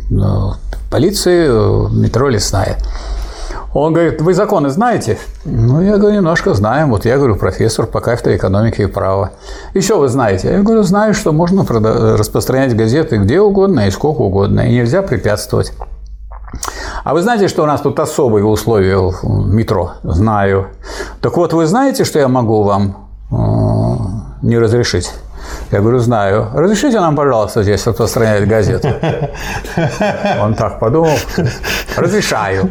полиции метро Лесная. Он говорит: вы законы знаете? Я говорю: немножко знаем. Я говорю: профессор по кафедре экономики и права. Еще вы знаете? Я говорю: знаю, что можно распространять газеты где угодно и сколько угодно, и нельзя препятствовать. А вы знаете, что у нас тут особые условия в метро? Знаю. Так вот, вы знаете, что я могу вам не разрешить? Я говорю: знаю. Разрешите нам, пожалуйста, здесь распространять газету? Он так подумал: разрешаю.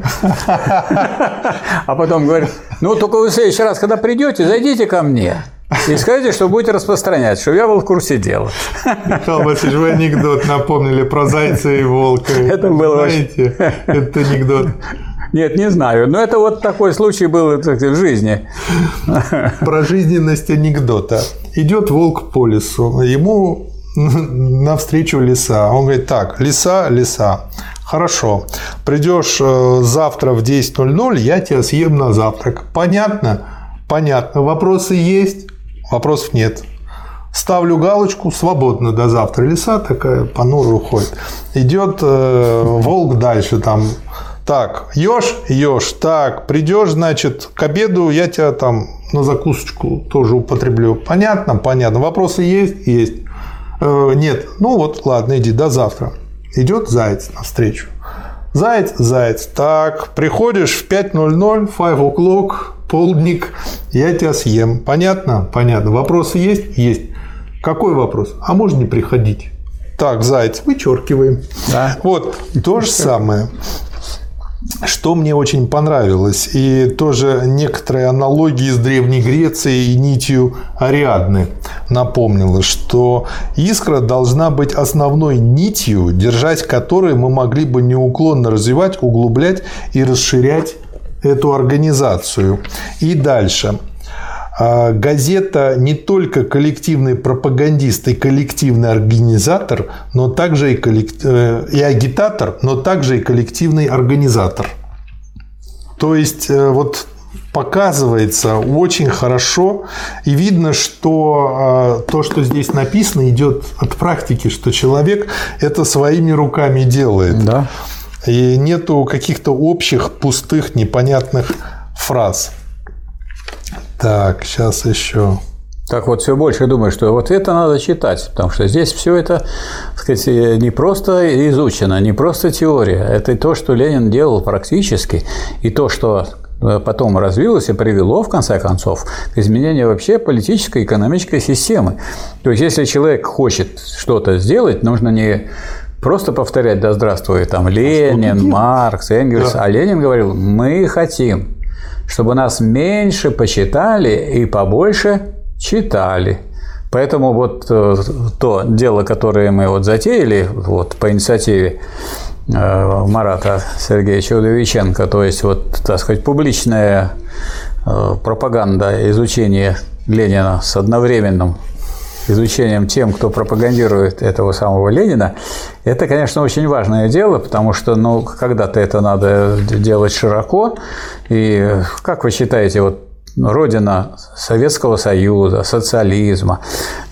А потом говорит: только вы в следующий раз, когда придете, зайдите ко мне и скажите, что будете распространять, чтобы я был в курсе дела. Михаил Васильевич, вы анекдот напомнили про зайца и волка. Это было знаете, этот анекдот. Нет, не знаю. Но это вот такой случай был в жизни. Про жизненность анекдота. Идет волк по лесу, ему навстречу лиса. Он говорит: так, лиса, хорошо, придешь завтра в 10:00, я тебя съем на завтрак. Понятно? Понятно. Вопросы есть? Вопросов нет. Ставлю галочку, свободно до завтра. Лиса такая понуро уходит. Идет волк дальше там. Так, ешь, так, придешь, значит, к обеду я тебя там на закусочку тоже употреблю. Понятно? Понятно. Вопросы есть? Есть. Нет. Ну вот, ладно, иди, до завтра. Идет заяц навстречу. Заяц. Так, приходишь в 5:00, 5 o'clock, полдник, я тебя съем. Понятно? Понятно. Вопросы есть? Есть. Какой вопрос? А можно не приходить? Так, заяц, вычеркиваем. Да. Вот, то же самое. Что мне очень понравилось, и тоже некоторые аналогии с Древней Грецией и нитью Ариадны напомнило, что искра должна быть основной нитью, держась которой мы могли бы неуклонно развивать, углублять и расширять эту организацию. И дальше. Газета не только коллективный пропагандист и коллективный организатор, но также и агитатор, но также и коллективный организатор. То есть вот показывается очень хорошо, и видно, что то, что здесь написано, идет от практики, что человек это своими руками делает. Да. И нету каких-то общих, пустых, непонятных фраз. Так, сейчас еще. Так вот, все больше думаю, что вот это надо читать, потому что здесь все это, так сказать, не просто изучено, не просто теория, это то, что Ленин делал практически, и то, что потом развилось и привело, в конце концов, к изменению вообще политической и экономической системы. То есть, если человек хочет что-то сделать, нужно не просто повторять «Да здравствует там Ленин, Маркс, Энгельс», да. А Ленин говорил: мы хотим, чтобы нас меньше почитали и побольше читали. Поэтому вот то дело, которое мы вот затеяли вот, по инициативе Марата Сергеевича Удовиченко, то есть вот, так сказать, публичная пропаганда изучения Ленина с одновременным изучением тем, кто пропагандирует этого самого Ленина, это, конечно, очень важное дело, потому что, ну, когда-то это надо делать широко. И, как вы считаете, вот родина Советского Союза, социализма,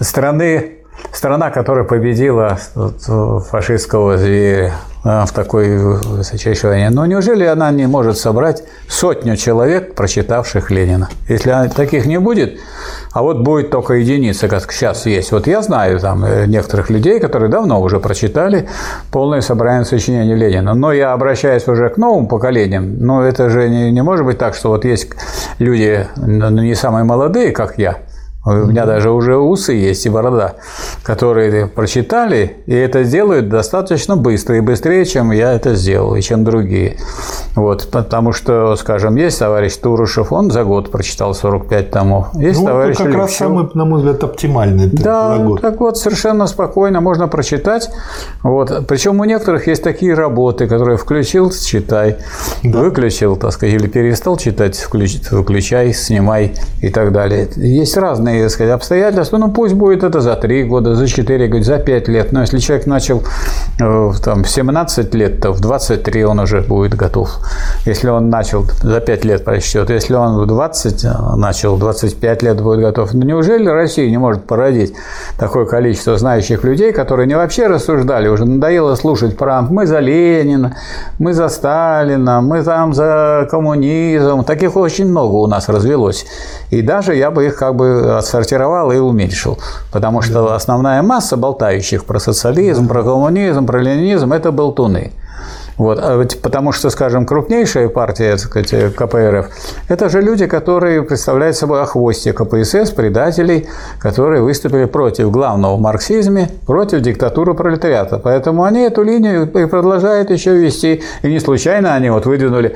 страна, которая победила фашистского зверя в такой высочайшей войне, но неужели она не может собрать 100 человек, прочитавших Ленина? Если таких не будет, а вот будет только единица, как сейчас есть. Вот я знаю там некоторых людей, которые давно уже прочитали полное собрание сочинений Ленина. Но я обращаюсь уже к новым поколениям. Но это же не может быть так, что вот есть люди не самые молодые, как я. У меня даже уже усы есть и борода, которые прочитали, и это делают достаточно быстро, и быстрее, чем я это сделал, и чем другие. Вот, потому что, скажем, есть товарищ Турушев, он за год прочитал 45 томов. Есть товарищ это как раз самый, на мой взгляд, оптимальный за год. Так вот, совершенно спокойно можно прочитать. Вот. Причем у некоторых есть такие работы, которые включил – читай, выключил, так сказать, или перестал читать – выключай, снимай и так далее. Есть разные, так сказать, обстоятельства, ну пусть будет это за 3 года, за 4 года, за 5 лет, но если человек начал там, в 17 лет, то в 23 он уже будет готов. Если он начал за 5 лет прочтет, если он в 20 начал, 25 лет будет готов. Но неужели Россия не может породить такое количество знающих людей, которые не вообще рассуждали, уже надоело слушать про «мы за Ленина», «мы за Сталина», «мы там за коммунизм». Таких очень много у нас развелось. И даже я бы их как бы отсортировал и уменьшил. Потому что основная масса болтающих про социализм, про коммунизм, про ленинизм – это болтуны. Вот. Потому что, скажем, крупнейшая партия, так сказать, КПРФ – это же люди, которые представляют собой охвостье КПСС, предателей, которые выступили против главного в марксизме, против диктатуры пролетариата. Поэтому они эту линию и продолжают еще вести. И не случайно они вот выдвинули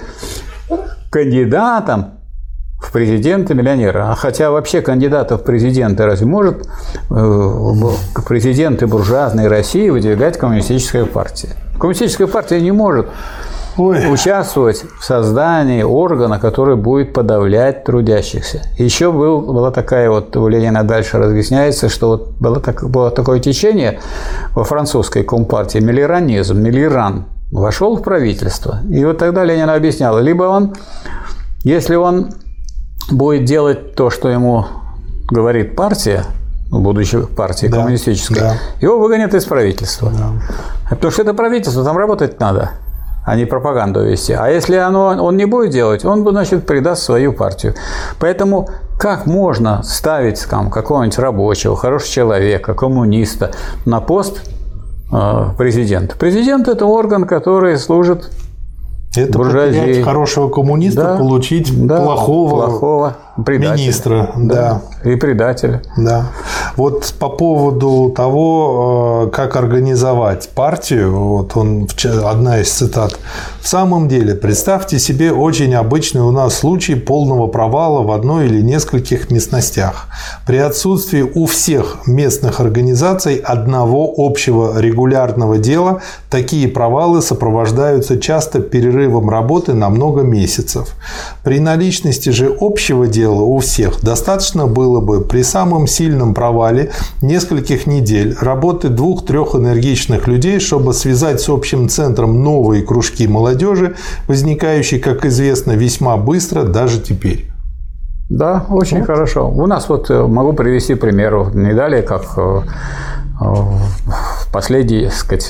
кандидатом в президенты-миллионера. Хотя вообще кандидатов в президенты разве может президенты буржуазной России выдвигать коммунистическая партия? Коммунистическая партия не может участвовать в создании органа, который будет подавлять трудящихся. Еще была такая вот, у Ленина дальше разъясняется, что вот было такое течение во французской компартии, миллеранизм, Миллеран вошел в правительство. И вот тогда Ленин объяснял, либо он, если он будет делать то, что ему говорит партия, будущей партии коммунистической, его выгонят из правительства. Потому что это правительство, там работать надо, а не пропаганду вести. А если он не будет делать, он, значит, предаст свою партию. Поэтому как можно ставить какого-нибудь рабочего, хорошего человека, коммуниста на пост президента? Президент – это орган, который служит это буржуазии. Потерять хорошего коммуниста, получить плохого министра. Да. И предателя. Да. Вот по поводу того, как организовать партию, вот одна из цитат. В самом деле, представьте себе очень обычный у нас случай полного провала в одной или нескольких местностях. При отсутствии у всех местных организаций одного общего регулярного дела такие провалы сопровождаются часто перерывом работы на много месяцев. При наличности же общего дела у всех достаточно было бы при самом сильном провале нескольких недель работы 2-3 энергичных людей, чтобы связать с общим центром новые кружки молодежи, возникающие, как известно, весьма быстро даже теперь. Да, очень хорошо. У нас могу привести пример. Не далее, как в последний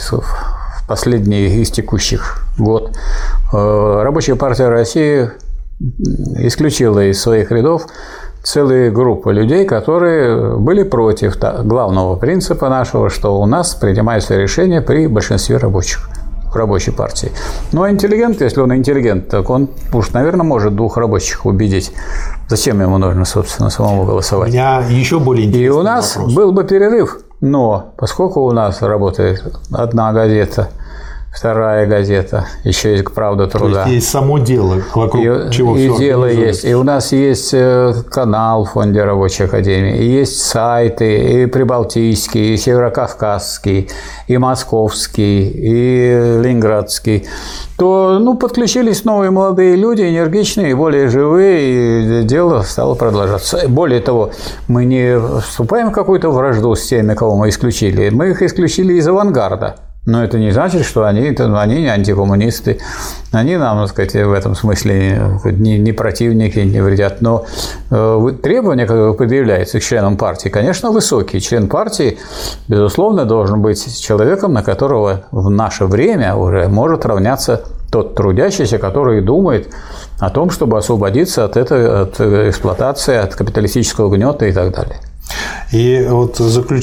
из текущих год Рабочая партия России исключила из своих рядов целые группы людей, которые были против главного принципа нашего, что у нас принимаются решения при большинстве рабочих в рабочей партии. Ну, а интеллигент, если он интеллигент, так он уж, наверное, может 2 рабочих убедить. Зачем ему нужно, собственно, самому голосовать? У меня еще более интересный вопрос. И у нас был бы перерыв, но поскольку у нас работает одна газета, вторая газета, еще есть «Правда труда». То есть само дело, вокруг чего все дело есть. И у нас есть канал в Фонде Рабочей Академии, и есть сайты, и прибалтийский, и северокавказский, и московский, и ленинградский. То подключились новые молодые люди, энергичные, более живые, и дело стало продолжаться. Более того, мы не вступаем в какую-то вражду с теми, кого мы исключили. Мы их исключили из авангарда. Но это не значит, что они не антикоммунисты, они нам, так сказать, в этом смысле не противники, не вредят. Но требования, которые предъявляются к членам партии, конечно, высокие. Член партии, безусловно, должен быть человеком, на которого в наше время уже может равняться тот трудящийся, который думает о том, чтобы освободиться от эксплуатации, от капиталистического гнета и так далее. И вот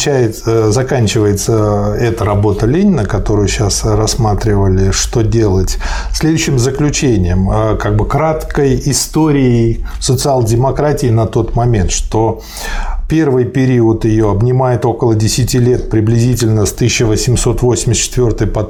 заканчивается эта работа Ленина, которую сейчас рассматривали, что делать, следующим заключением, краткой историей социал-демократии на тот момент, что первый период ее обнимает около 10 лет, приблизительно с 1884 по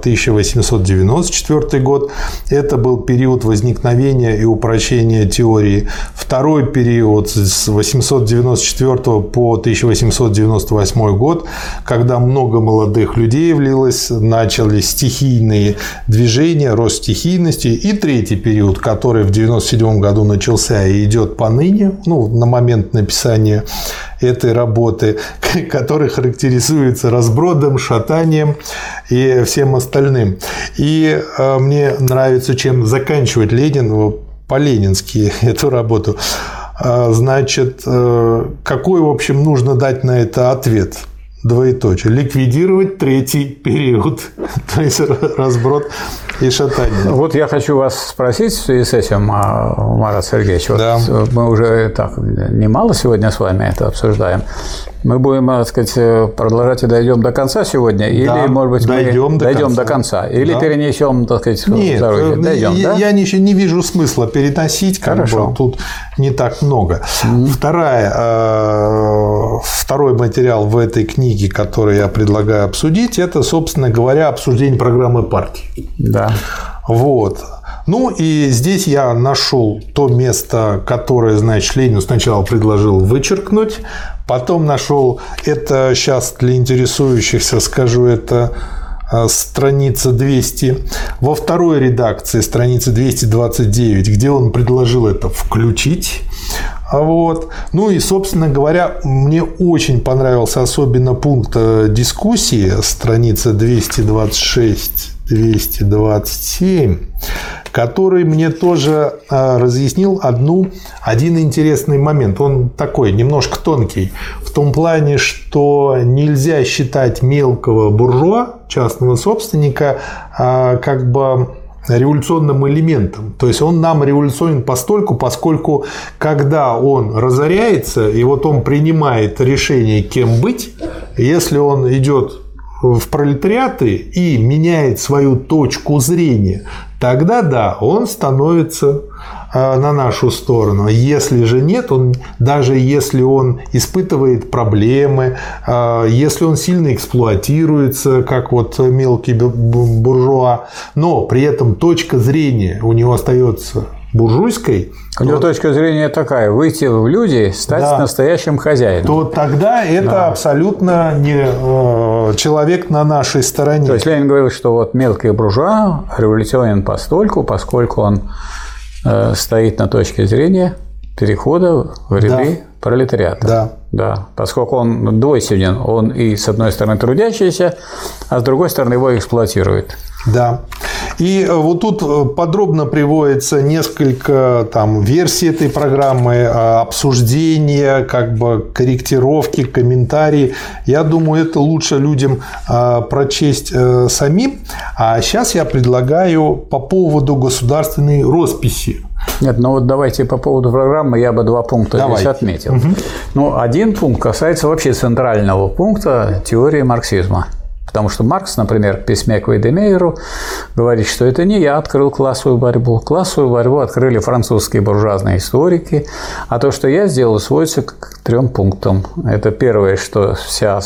1894 год. Это был период возникновения и упрочения теории. Второй период с 1894 по 1898 год, когда много молодых людей влилось, начались стихийные движения, рост стихийности. И третий период, который в 1997 году начался и идет поныне, на момент написания этой работы, который характеризуется разбродом, шатанием и всем остальным. И мне нравится, чем заканчивает Ленин по-ленински эту работу. Значит, какой, в общем, нужно дать на это ответ? Двоеточие. Ликвидировать третий период, то есть разброд и шатание. Вот я хочу вас спросить в связи с этим, Марат Сергеевич. Да. Мы уже немало сегодня с вами это обсуждаем. Мы будем, так сказать, продолжать и дойдем до конца сегодня, или, может быть, мы дойдем до конца, или перенесем, так сказать, Нет, дойдем, я не вижу смысла переносить, тут не так много. Второй материал в этой книге, который я предлагаю обсудить, это, собственно говоря, обсуждение программы партии. Да. Вот. И здесь я нашел то место, которое, значит, Ленин сначала предложил вычеркнуть, потом нашел, это сейчас для интересующихся скажу, это страница 200. Во второй редакции, страница 229, где он предложил это включить. Вот. Ну и, собственно говоря, мне очень понравился особенно пункт дискуссии, страница 226-227, который мне тоже разъяснил один интересный момент. Он такой, немножко тонкий, в том плане, что нельзя считать мелкого буржуа, частного собственника, как бы революционным элементом. То есть он нам революционен постольку, поскольку когда он разоряется, и вот он принимает решение, кем быть, если он идет в пролетариаты и меняет свою точку зрения, тогда да, он становится на нашу сторону. Если же нет, даже если он испытывает проблемы, если он сильно эксплуатируется, как вот мелкий буржуа, но при этом точка зрения у него остается буржуйской. У него точка зрения такая: выйти в люди, стать настоящим хозяином. То тогда это абсолютно не человек на нашей стороне. То есть Ленин говорил, что вот мелкий буржуа революционен постольку, поскольку он стоит на точке зрения перехода в ряды пролетариата. Да. Поскольку он двойственен, он и с одной стороны трудящийся, а с другой стороны его эксплуатирует. Да. И вот тут подробно приводится несколько версий этой программы, обсуждения, корректировки, комментарии. Я думаю, это лучше людям прочесть самим. А сейчас я предлагаю по поводу государственной росписи. Нет, вот давайте по поводу программы я бы 2 пункта здесь отметил. Один пункт касается вообще центрального пункта теории марксизма. Потому что Маркс, например, в письме к Вейдемейеру говорит, что это не я открыл классовую борьбу. Классовую борьбу открыли французские буржуазные историки, а то, что я сделал, сводится к 3 пунктам. Это первое, что вся,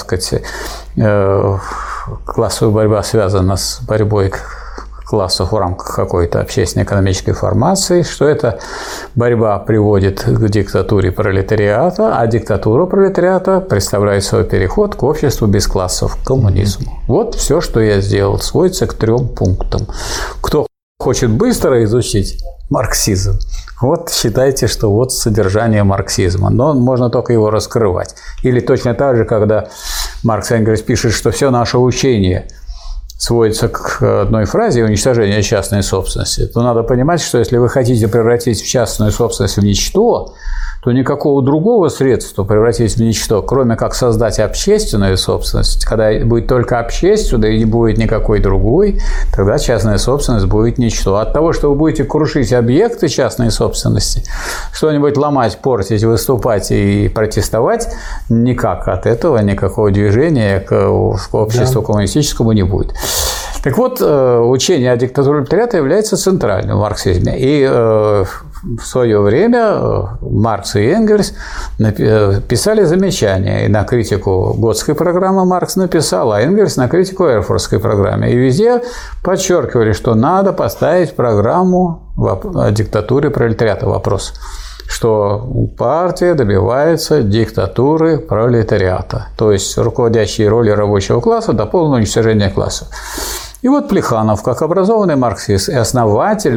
классовая борьба связана с борьбой классов в рамках какой-то общественно-экономической формации, что эта борьба приводит к диктатуре пролетариата, а диктатура пролетариата представляет свой переход к обществу без классов, к коммунизму. Вот все, что я сделал, сводится к 3 пунктам. Кто хочет быстро изучить марксизм, вот считайте, что вот содержание марксизма, но можно только его раскрывать. Или точно так же, когда Маркс и Энгельс пишут, что все наше учение сводится к одной фразе — уничтожение частной собственности, то надо понимать, что если вы хотите превратить в частную собственность в ничто, то никакого другого средства превратить в ничто, кроме как создать общественную собственность. Когда будет только общественная и не будет никакой другой, тогда частная собственность будет ничто. От того, что вы будете крушить объекты частной собственности, что-нибудь ломать, портить, выступать и протестовать, никак от этого никакого движения к обществу коммунистическому не будет. Так вот, учение о диктатуре пролетариата является центральным в марксизме. И в свое время Маркс и Энгельс писали замечания. И на критику Готской программы Маркс написал, а Энгельс на критику Эрфуртской программы. И везде подчеркивали, что надо поставить программу о диктатуре пролетариата. Вопрос, что партия добивается диктатуры пролетариата, то есть руководящей роли рабочего класса до полного уничтожения классов. И вот Плеханов, как образованный марксист и основатель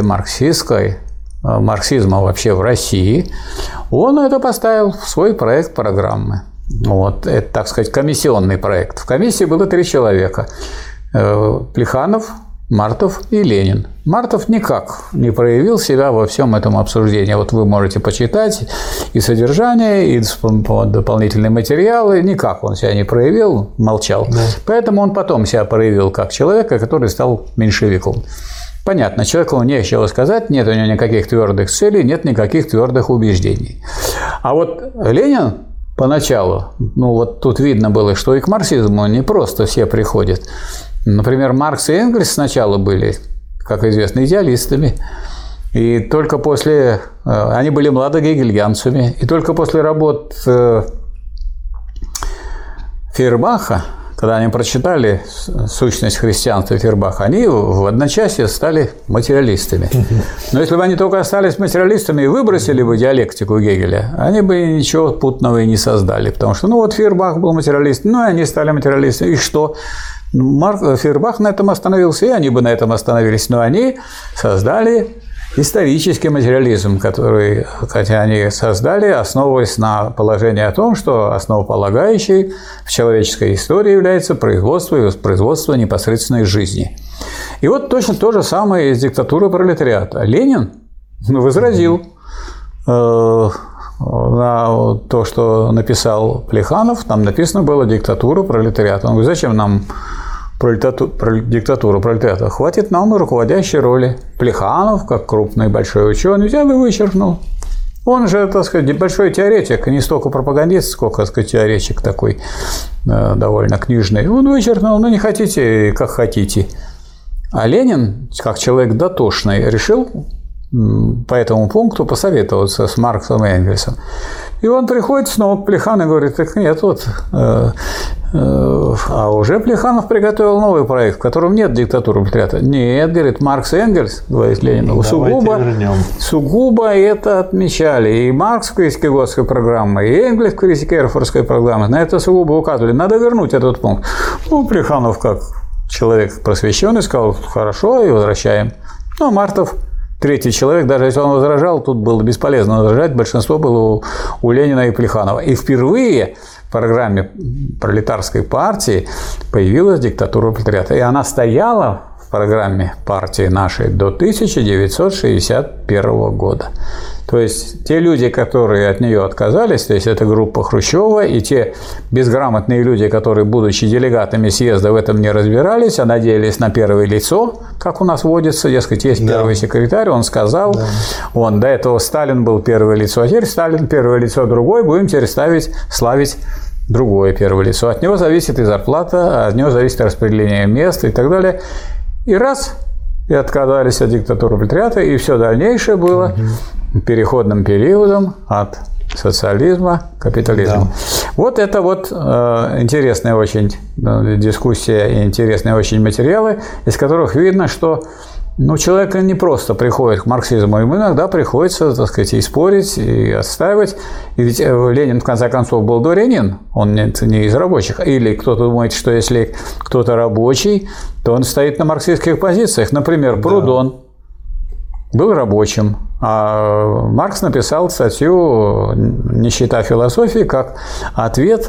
марксизма вообще в России, он это поставил в свой проект программы. Вот, это, так сказать, комиссионный проект. В комиссии было 3 человека: Плеханов, Мартов и Ленин. Мартов никак не проявил себя во всем этом обсуждении. Вот вы можете почитать и содержание, и дополнительные материалы. Никак он себя не проявил, молчал. Да. Поэтому он потом себя проявил как человека, который стал меньшевиком. Понятно, человеку нечего сказать, нет у него никаких твердых целей, нет никаких твердых убеждений. А вот Ленин поначалу, вот тут видно было, что и к марксизму не просто все приходят. Например, Маркс и Энгельс сначала были, как известно, идеалистами, и только после... Они были младогегельянцами, и только после работ Фейербаха, когда они прочитали сущность христианства Фейербаха, они в одночасье стали материалистами. Но если бы они только остались материалистами и выбросили бы диалектику Гегеля, они бы ничего путного и не создали. Потому что, ну вот Фейербах был материалист, ну и они стали материалистами. И что? Фейербах на этом остановился, и они бы на этом остановились. Но они создали исторический материализм, который, хотя они создали, основываясь на положении о том, что основополагающей в человеческой истории является производство и воспроизводство непосредственной жизни. И вот точно то же самое из диктатуры пролетариата. Ленин возразил на то, что написал Плеханов, там написано было «диктатура пролетариата». Он говорит, зачем нам диктатуру пролетариата? Хватит нам и руководящей роли. Плеханов, как крупный большой ученый, взял и вычеркнул. Он же, так сказать, большой теоретик, не столько пропагандист, сколько, так сказать, теоретик такой довольно книжный. Он вычеркнул, ну не хотите, как хотите. А Ленин, как человек дотошный, решил по этому пункту посоветоваться с Марксом и Энгельсом. И он приходит снова к Плеханову и говорит, так нет, вот, а уже Плеханов приготовил новый проект, в котором нет диктатуры пролетариата. Нет, говорит, Маркс и Энгельс, говорит Ленин, сугубо это отмечали. И Маркс в критике Готской программы, и Энгельс в критике Эрфуртской программы на это сугубо указывали. Надо вернуть этот пункт. Ну, Плеханов, как человек просвещенный, сказал, хорошо, и возвращаем. Ну, Мартов, третий человек, даже если он возражал, тут было бесполезно возражать, большинство было у Ленина и Плеханова. И впервые в программе пролетарской партии появилась диктатура пролетариата. И она стояла в программе партии нашей до 1961 года. То есть те люди, которые от нее отказались, то есть это группа Хрущева, и те безграмотные люди, которые, будучи делегатами съезда, в этом не разбирались, а надеялись на первое лицо, как у нас водится, дескать, есть первый секретарь, он сказал, он до этого Сталин был первое лицо, а теперь Сталин первое лицо другой, будем теперь славить другое первое лицо. От него зависит и зарплата, от него зависит распределение мест и так далее. И раз, и отказались от диктатуры пролетариата, и все дальнейшее было переходным периодом от социализма к капитализму. Да. Вот это вот интересная очень дискуссия и интересные очень материалы, из которых видно, что человек не просто приходит к марксизму, ему иногда приходится, так сказать, и спорить, и отстаивать. И ведь Ленин, в конце концов, был дворянин, он не из рабочих. Или кто-то думает, что если кто-то рабочий, то он стоит на марксистских позициях. Например, Прудон был рабочим, а Маркс написал статью «Нищета философии» как ответ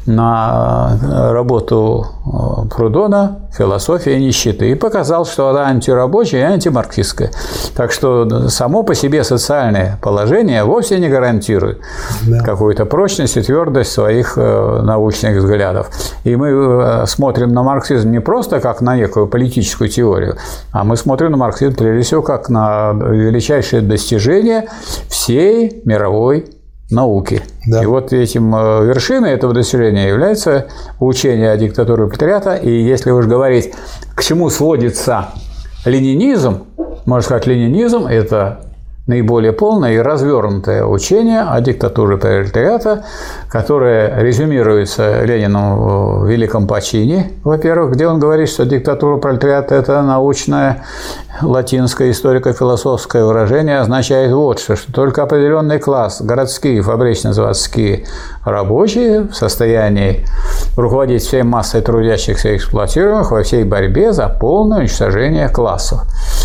на работу Прудона «Философия нищеты» и показал, что она антирабочая и антимарксистская. Так что само по себе социальное положение вовсе не гарантирует какую-то прочность и твердость своих научных взглядов. И мы смотрим на марксизм не просто как на некую политическую теорию, а мы смотрим на марксизм прежде всего как на величайшее достижение всей мировой науки. Да. И вот этим вершиной этого достижения является учение о диктатуре пролетариата. И если уж говорить, к чему сводится ленинизм, можно сказать, ленинизм – это наиболее полное и развернутое учение о диктатуре пролетариата, которое резюмируется Лениным в «Великом почине», во-первых, где он говорит, что диктатура пролетариата – это научное латинское историко-философское выражение, означает вот что только определенный класс, городские, фабрично-заводские рабочие в состоянии руководить всей массой трудящихся и эксплуатируемых во всей борьбе за полное уничтожение классов.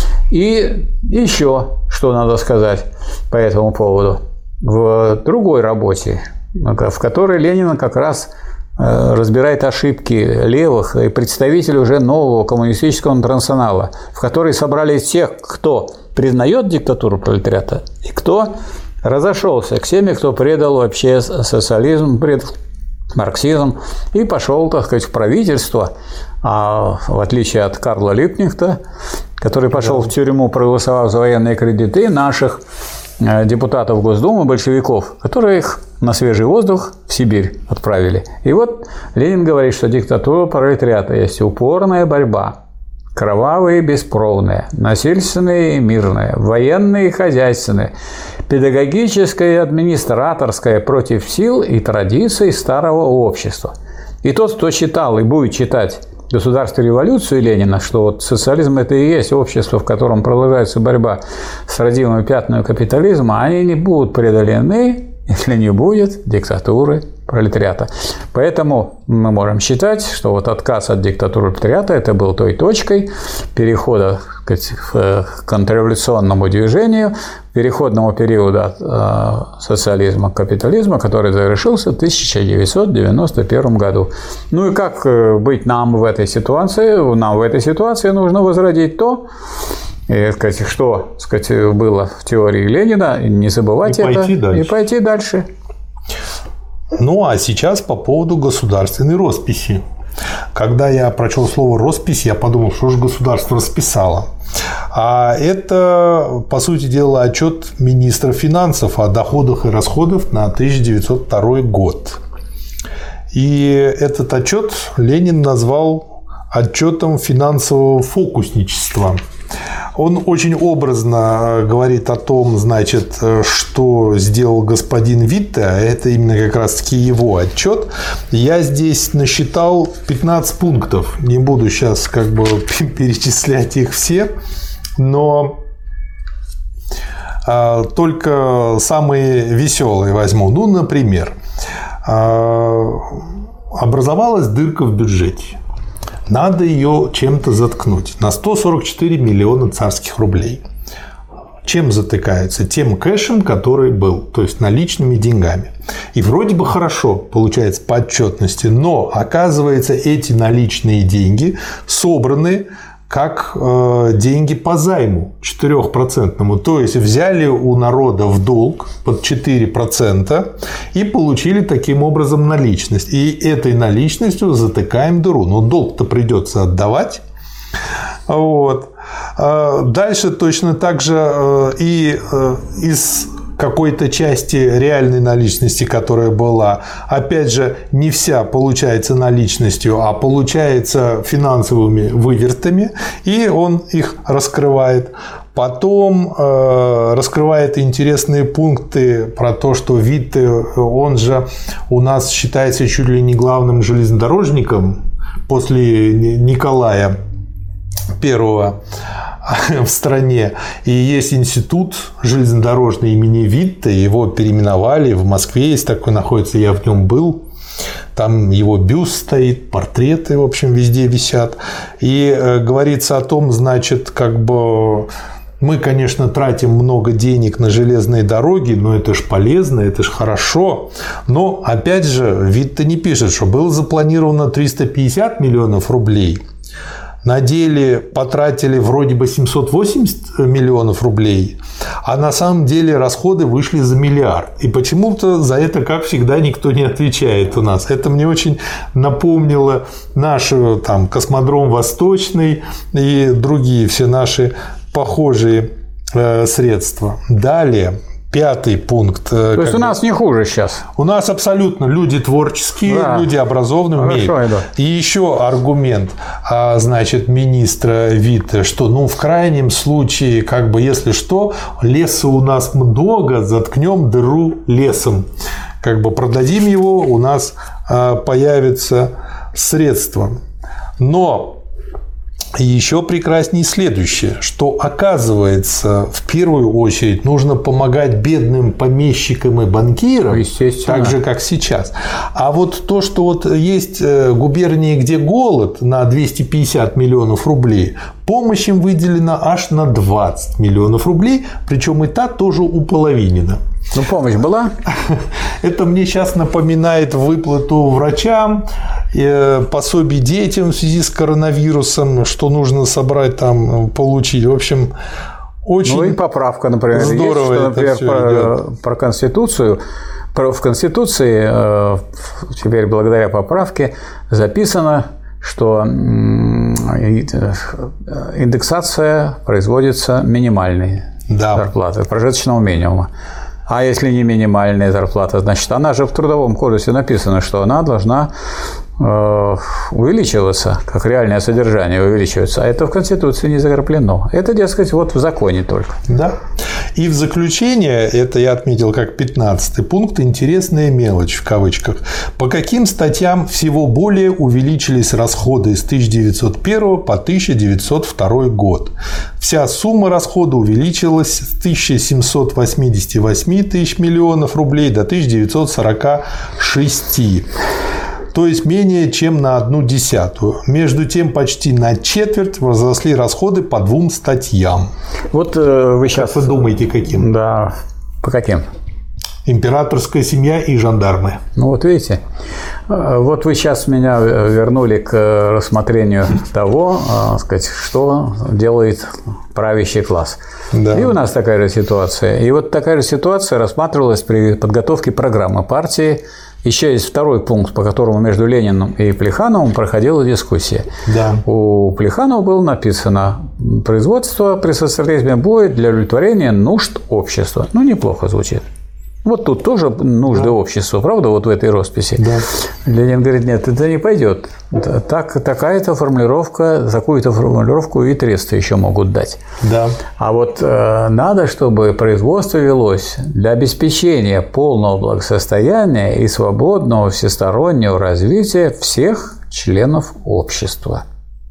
И еще, что надо сказать по этому поводу. В другой работе, в которой Ленин как раз разбирает ошибки левых и представителей уже нового коммунистического интернационала, в которой собрались тех, кто признает диктатуру пролетариата и кто разошелся к теми, кто предал вообще социализм, предал марксизм и пошел, так сказать, в правительство, а в отличие от Карла Липкнехта, который пошел в тюрьму, проголосовав за военные кредиты, наших депутатов Госдумы, большевиков, которые их на свежий воздух в Сибирь отправили. И вот Ленин говорит, что диктатура пролетариата есть упорная борьба, кровавая и беспробная, насильственная и мирная, военная и хозяйственная, педагогическая и администраторская против сил и традиций старого общества. И тот, кто читал и будет читать «Государство и революцию» Ленина, что вот социализм – это и есть общество, в котором продолжается борьба с родимыми пятнами капитализма, они не будут преодолены, если не будет диктатуры пролетариата. Поэтому мы можем считать, что вот отказ от диктатуры пролетариата – это был той точкой перехода к контрреволюционному движению, переходного периода от социализма к капитализму, который завершился в 1991 году. Ну и как быть нам в этой ситуации? Нам в этой ситуации нужно возродить то, что было в теории Ленина, не забывать это и пойти дальше. Ну, а сейчас по поводу государственной росписи. Когда я прочел слово «роспись», я подумал, что же государство расписало. А это, по сути дела, отчет министра финансов о доходах и расходах на 1902 год. И этот отчет Ленин назвал отчетом финансового фокусничества. Он очень образно говорит о том, значит, что сделал господин Витте, а это именно как раз-таки его отчет. Я здесь насчитал 15 пунктов, не буду сейчас перечислять их все, но только самые веселые возьму. Ну, например, образовалась дырка в бюджете. Надо ее чем-то заткнуть на 144 миллиона царских рублей. Чем затыкаются? Тем кэшем, который был, то есть наличными деньгами. И вроде бы хорошо получается по отчетности, но оказывается, эти наличные деньги собраны как деньги по займу 4%. То есть взяли у народа в долг под 4% и получили таким образом наличность. И этой наличностью затыкаем дыру. Но долг-то придется отдавать. Вот. Дальше точно так же и из какой-то части реальной наличности, которая была, опять же, не вся получается наличностью, а получается финансовыми вывертами, и он их раскрывает. Потом раскрывает интересные пункты про то, что Витте, он же у нас считается чуть ли не главным железнодорожником после Николая I в стране. И есть институт железнодорожный имени Витте, его переименовали, в Москве есть такой, находится, я в нем был. Там его бюст стоит, портреты, в общем, везде висят. И говорится о том, значит, мы, конечно, тратим много денег на железные дороги, но это ж полезно, это ж хорошо. Но, опять же, Витте не пишет, что было запланировано 350 миллионов рублей. На деле потратили вроде бы 780 миллионов рублей, а на самом деле расходы вышли за миллиард. И почему-то за это, как всегда, никто не отвечает у нас. Это мне очень напомнило наш космодром Восточный и другие все наши похожие средства. Далее. 5-й пункт. То есть у нас не хуже сейчас. У нас абсолютно люди творческие, да. Люди образованные, умеют. И еще аргумент, значит, министра Витте, что, в крайнем случае, если что, леса у нас много, заткнем дыру лесом. Продадим его, у нас появятся средства. Но еще прекраснее следующее, что оказывается, в первую очередь нужно помогать бедным помещикам и банкирам, так же, как сейчас. А вот то, что есть губернии, где голод на 250 миллионов рублей, помощь им выделена аж на 20 миллионов рублей, причем и та тоже уполовинена. Помощь была? Это мне сейчас напоминает выплату врачам, пособий детям в связи с коронавирусом, что нужно собрать, получить. В общем, очень и поправка, например, здорово есть, что, например, про Конституцию. В Конституции теперь благодаря поправке записано, что индексация производится минимальной зарплаты, прожиточного минимума. А если не минимальная зарплата, значит, она же в Трудовом кодексе написано, что она должна увеличиваться, как реальное содержание увеличивается, а это в Конституции не закреплено. Это, дескать, вот в законе только. Да. И в заключение, это я отметил как 15-й пункт, интересная мелочь в кавычках. По каким статьям всего более увеличились расходы с 1901 по 1902 год? Вся сумма расхода увеличилась с 1788 тысяч миллионов рублей до 1946. То есть менее чем на 1/10. Между тем, почти на четверть возросли расходы по 2 статьям. Вот вы сейчас... Как вы думаете, каким? Да, по каким? Императорская семья и жандармы. Ну вот видите, вот вы сейчас меня вернули к рассмотрению того, сказать, что делает правящий класс. Да. И у нас такая же ситуация. И вот такая же ситуация рассматривалась при подготовке программы партии. Еще есть второй пункт, по которому между Лениным и Плехановым проходила дискуссия. Да. У Плеханова было написано: производство при социализме будет для удовлетворения нужд общества. Ну, неплохо звучит. Вот тут тоже нужды общества, правда, вот в этой росписи. Да. Ленин говорит: нет, это не пойдет. Такая-то формулировка, такую-то формулировку и тресты еще могут дать. Да. А вот надо, чтобы производство велось для обеспечения полного благосостояния и свободного всестороннего развития всех членов общества.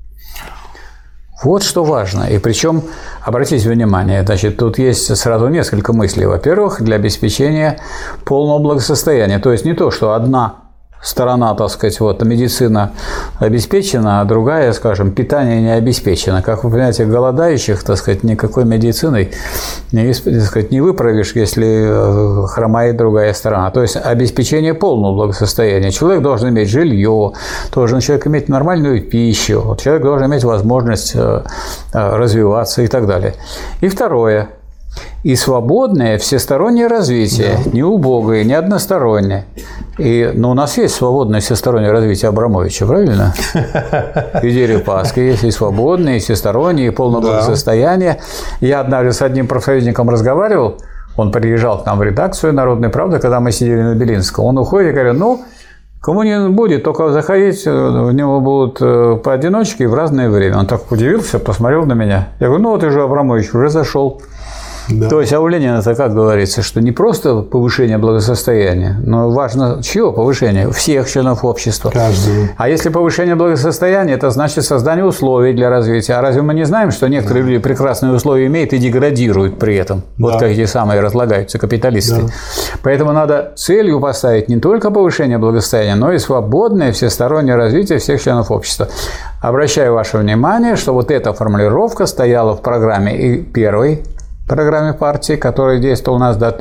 Вот что важно. И причем, обратите внимание, значит, тут есть сразу несколько мыслей. Во-первых, для обеспечения полного благосостояния. То есть не то, что одна сторона, так сказать, вот медицина обеспечена, а другая, скажем, питание не обеспечено. Как вы понимаете, голодающих, так сказать, никакой медициной так сказать, не выправишь, если хромает другая сторона. То есть обеспечение полного благосостояния. Человек должен иметь жилье, должен человек иметь нормальную пищу, человек должен иметь возможность развиваться и так далее. И второе. И свободное всестороннее развитие, да. Не убогое, не одностороннее. Но у нас есть свободное всестороннее развитие Абрамовича, правильно? И Дерипаски есть, и свободное, и всестороннее, и полное благосостояние. Я однажды с одним профсоюзником разговаривал, он приезжал к нам в редакцию «Народной правды», когда мы сидели на Белинском. Он уходит и говорит: ну, кому не будет, только заходить, в него будут поодиночке и в разное время. Он так удивился, посмотрел на меня. Я говорю: ну вот и же Абрамович уже зашел. Да. То есть, а у Ленина-то как говорится, что не просто повышение благосостояния, но важно чье повышение? Всех членов общества. Каждого. А если повышение благосостояния, это значит создание условий для развития. А разве мы не знаем, что некоторые люди прекрасные условия имеют и деградируют при этом? Да. Вот как эти самые разлагаются капиталисты. Да. Поэтому надо целью поставить не только повышение благосостояния, но и свободное всестороннее развитие всех членов общества. Обращаю ваше внимание, что вот эта формулировка стояла в программе и первой программе партии, которая действовала у нас до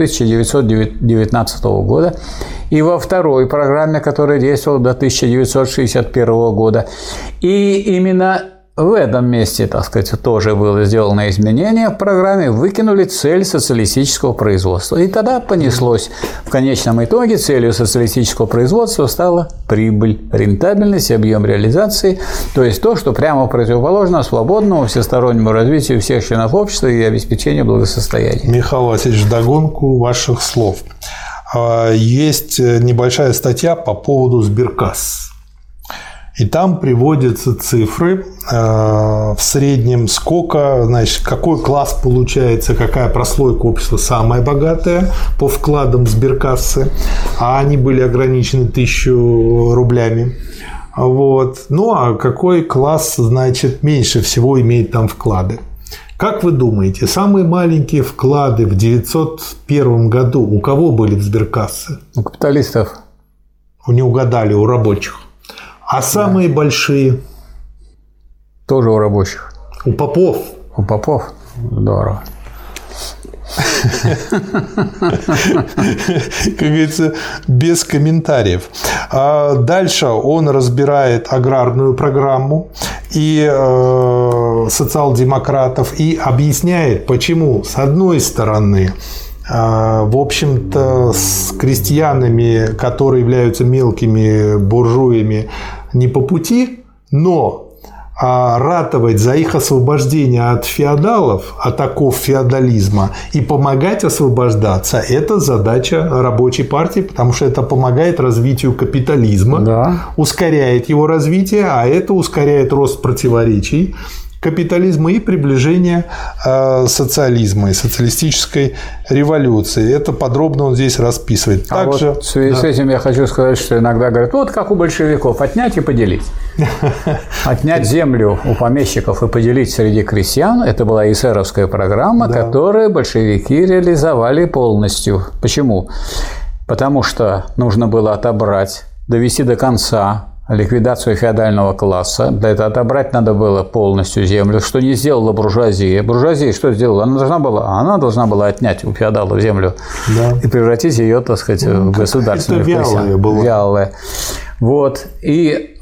1919 года, и во второй программе, которая действовала до 1961 года. И именно в этом месте, так сказать, тоже было сделано изменение в программе, выкинули цель социалистического производства. И тогда понеслось. В конечном итоге целью социалистического производства стала прибыль, рентабельность, объем реализации, то есть то, что прямо противоположно свободному всестороннему развитию всех членов общества и обеспечению благосостояния. Михаил Васильевич, вдогонку ваших слов. Есть небольшая статья по поводу сберкасс. И там приводятся цифры в среднем, сколько, значит, какой класс получается, какая прослойка общества самая богатая по вкладам сберкассы, а они были ограничены 1000 рублями. Вот. Ну, а какой класс, значит, меньше всего имеет там вклады? Как вы думаете, самые маленькие вклады в 1901 году у кого были в сберкассе? У капиталистов. Не угадали, у рабочих. А самые большие? Тоже у рабочих. У попов. У попов? Здорово. Как говорится, без комментариев. А дальше он разбирает аграрную программу и социал-демократов и объясняет, почему, с одной стороны, в общем-то, с крестьянами, которые являются мелкими буржуями, не по пути, но ратовать за их освобождение от феодалов, от оков феодализма, и помогать освобождаться – это задача рабочей партии, потому что это помогает развитию капитализма, ускоряет его развитие, а это ускоряет рост противоречий капитализма и приближение социализма и социалистической революции. Это подробно он здесь расписывает. Также, вот в связи с этим я хочу сказать, что иногда говорят, вот как у большевиков, отнять и поделить. Отнять землю у помещиков и поделить среди крестьян – это была эсеровская программа, которую большевики реализовали полностью. Почему? Потому что нужно было отобрать, довести до конца ликвидацию феодального класса. Для этого отобрать надо было полностью землю, что не сделала буржуазия. Буржуазия что сделала? Она должна была отнять у феодалов землю и превратить ее, так сказать, в государственную. Это вялая. Вот. И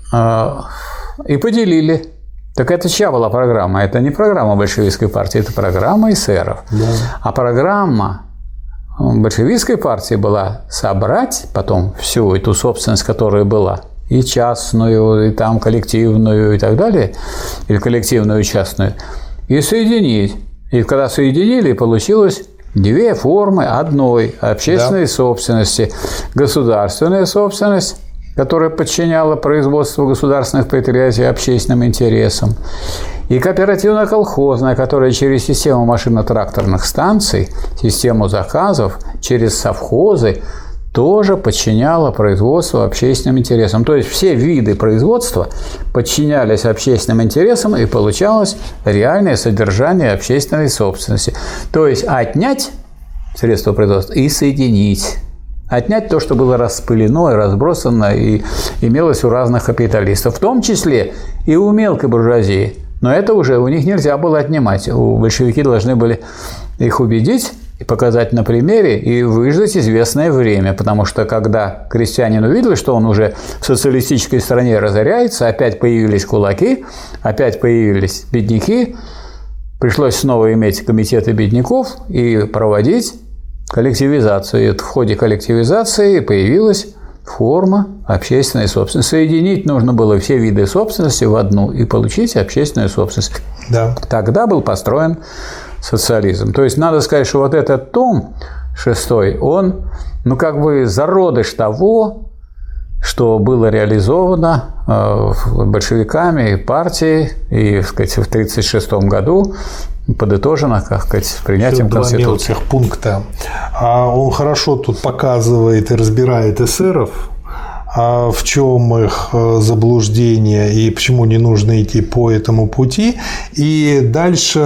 поделили. Так это чья была программа? Это не программа большевистской партии, это программа эсеров. А программа большевистской партии была собрать потом всю эту собственность, которая была, и частную, и там коллективную, и так далее, или коллективную и частную, и соединить. И когда соединили, получилось две формы одной общественной собственности. Государственная собственность, которая подчиняла производству государственных предприятий общественным интересам, и кооперативно-колхозная, которая через систему машино-тракторных станций, систему заказов, через совхозы тоже подчиняла производству общественным интересам. То есть все виды производства подчинялись общественным интересам, и получалось реальное содержание общественной собственности. То есть отнять средства производства и соединить. Отнять то, что было распылено и разбросано, и имелось у разных капиталистов, в том числе и у мелкой буржуазии. Но это уже у них нельзя было отнимать. Большевики должны были их убедить и показать на примере, и выждать известное время, потому что когда крестьянин увидел, что он уже в социалистической стране разоряется, опять появились кулаки, опять появились бедняки, пришлось снова иметь комитеты бедняков и проводить коллективизацию. И в ходе коллективизации появилась форма общественной собственности. Соединить нужно было все виды собственности в одну и получить общественную собственность. Тогда был построен социализм. То есть надо сказать, что вот этот том 6, он, как бы зародыш того, что было реализовано большевиками и партией, и, так сказать, в 1936 году подытожено, как сказать, принятием Конституции. Два мелких пункта. Он хорошо тут показывает и разбирает эсеров, в чем их заблуждение и почему не нужно идти по этому пути. И дальше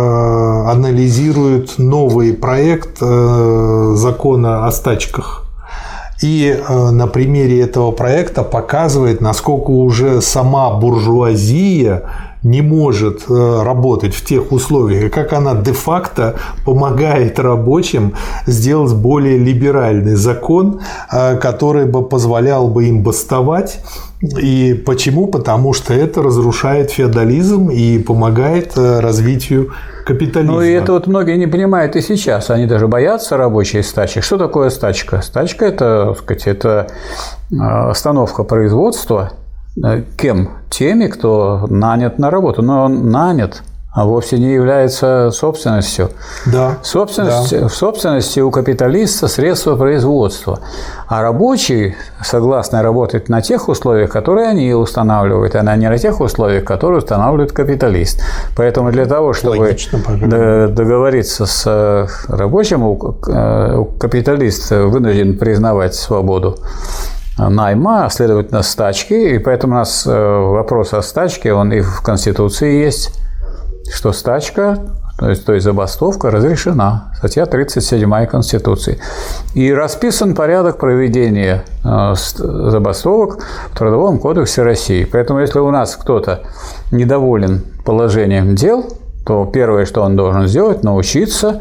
анализирует новый проект закона о стачках. И на примере этого проекта показывает, насколько уже сама буржуазия не может работать в тех условиях, и как она де-факто помогает рабочим сделать более либеральный закон, который бы позволял бы им бастовать. И почему? Потому что это разрушает феодализм и помогает развитию капитализма. И это вот многие не понимают и сейчас. Они даже боятся рабочей стачек. Что такое стачка? Стачка – это, так сказать, это остановка производства. Кем? Теми, кто нанят на работу. Но он нанят, а вовсе не является собственностью. В собственности у капиталиста средства производства. А рабочий согласны работать на тех условиях, которые они устанавливают, а не на тех условиях, которые устанавливает капиталист. Поэтому для того, чтобы договориться с рабочим, капиталист вынужден признавать свободу найма, следовательно, стачки. И поэтому у нас вопрос о стачке, он и в Конституции есть, что стачка, то есть забастовка разрешена. Статья 37 Конституции. И расписан порядок проведения забастовок в Трудовом кодексе России. Поэтому, если у нас кто-то недоволен положением дел, то первое, что он должен сделать, научиться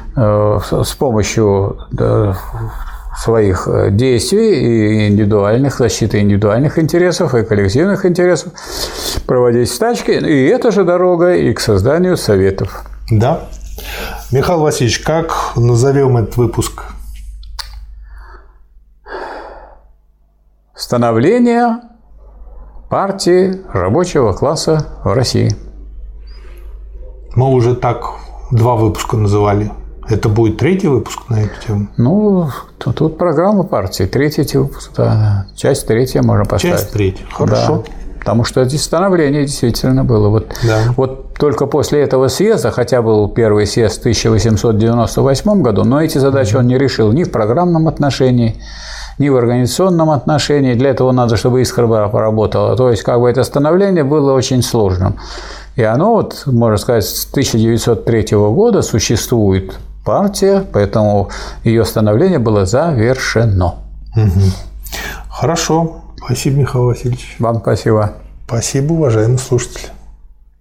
с помощью своих действий и защиты индивидуальных интересов и коллективных интересов проводить стачки. И это же дорога и к созданию советов. Да. Михаил Васильевич, как назовем этот выпуск? Становление партии рабочего класса в России. Мы уже так 2 выпуска называли. Это будет 3-й выпуск на эту тему? Ну, тут программа партии. 3-й выпуск, да. Часть 3 можно поставить. Часть 3. Хорошо. Да. Потому что здесь становление действительно было. Вот только после этого съезда, хотя был первый съезд в 1898 году, но эти задачи он не решил ни в программном отношении, ни в организационном отношении. Для этого надо, чтобы Искра поработала. То есть, это становление было очень сложным. И оно, можно сказать, с 1903 года существует партия, поэтому ее становление было завершено. Хорошо. Спасибо, Михаил Васильевич. Вам спасибо. Спасибо, уважаемые слушатели.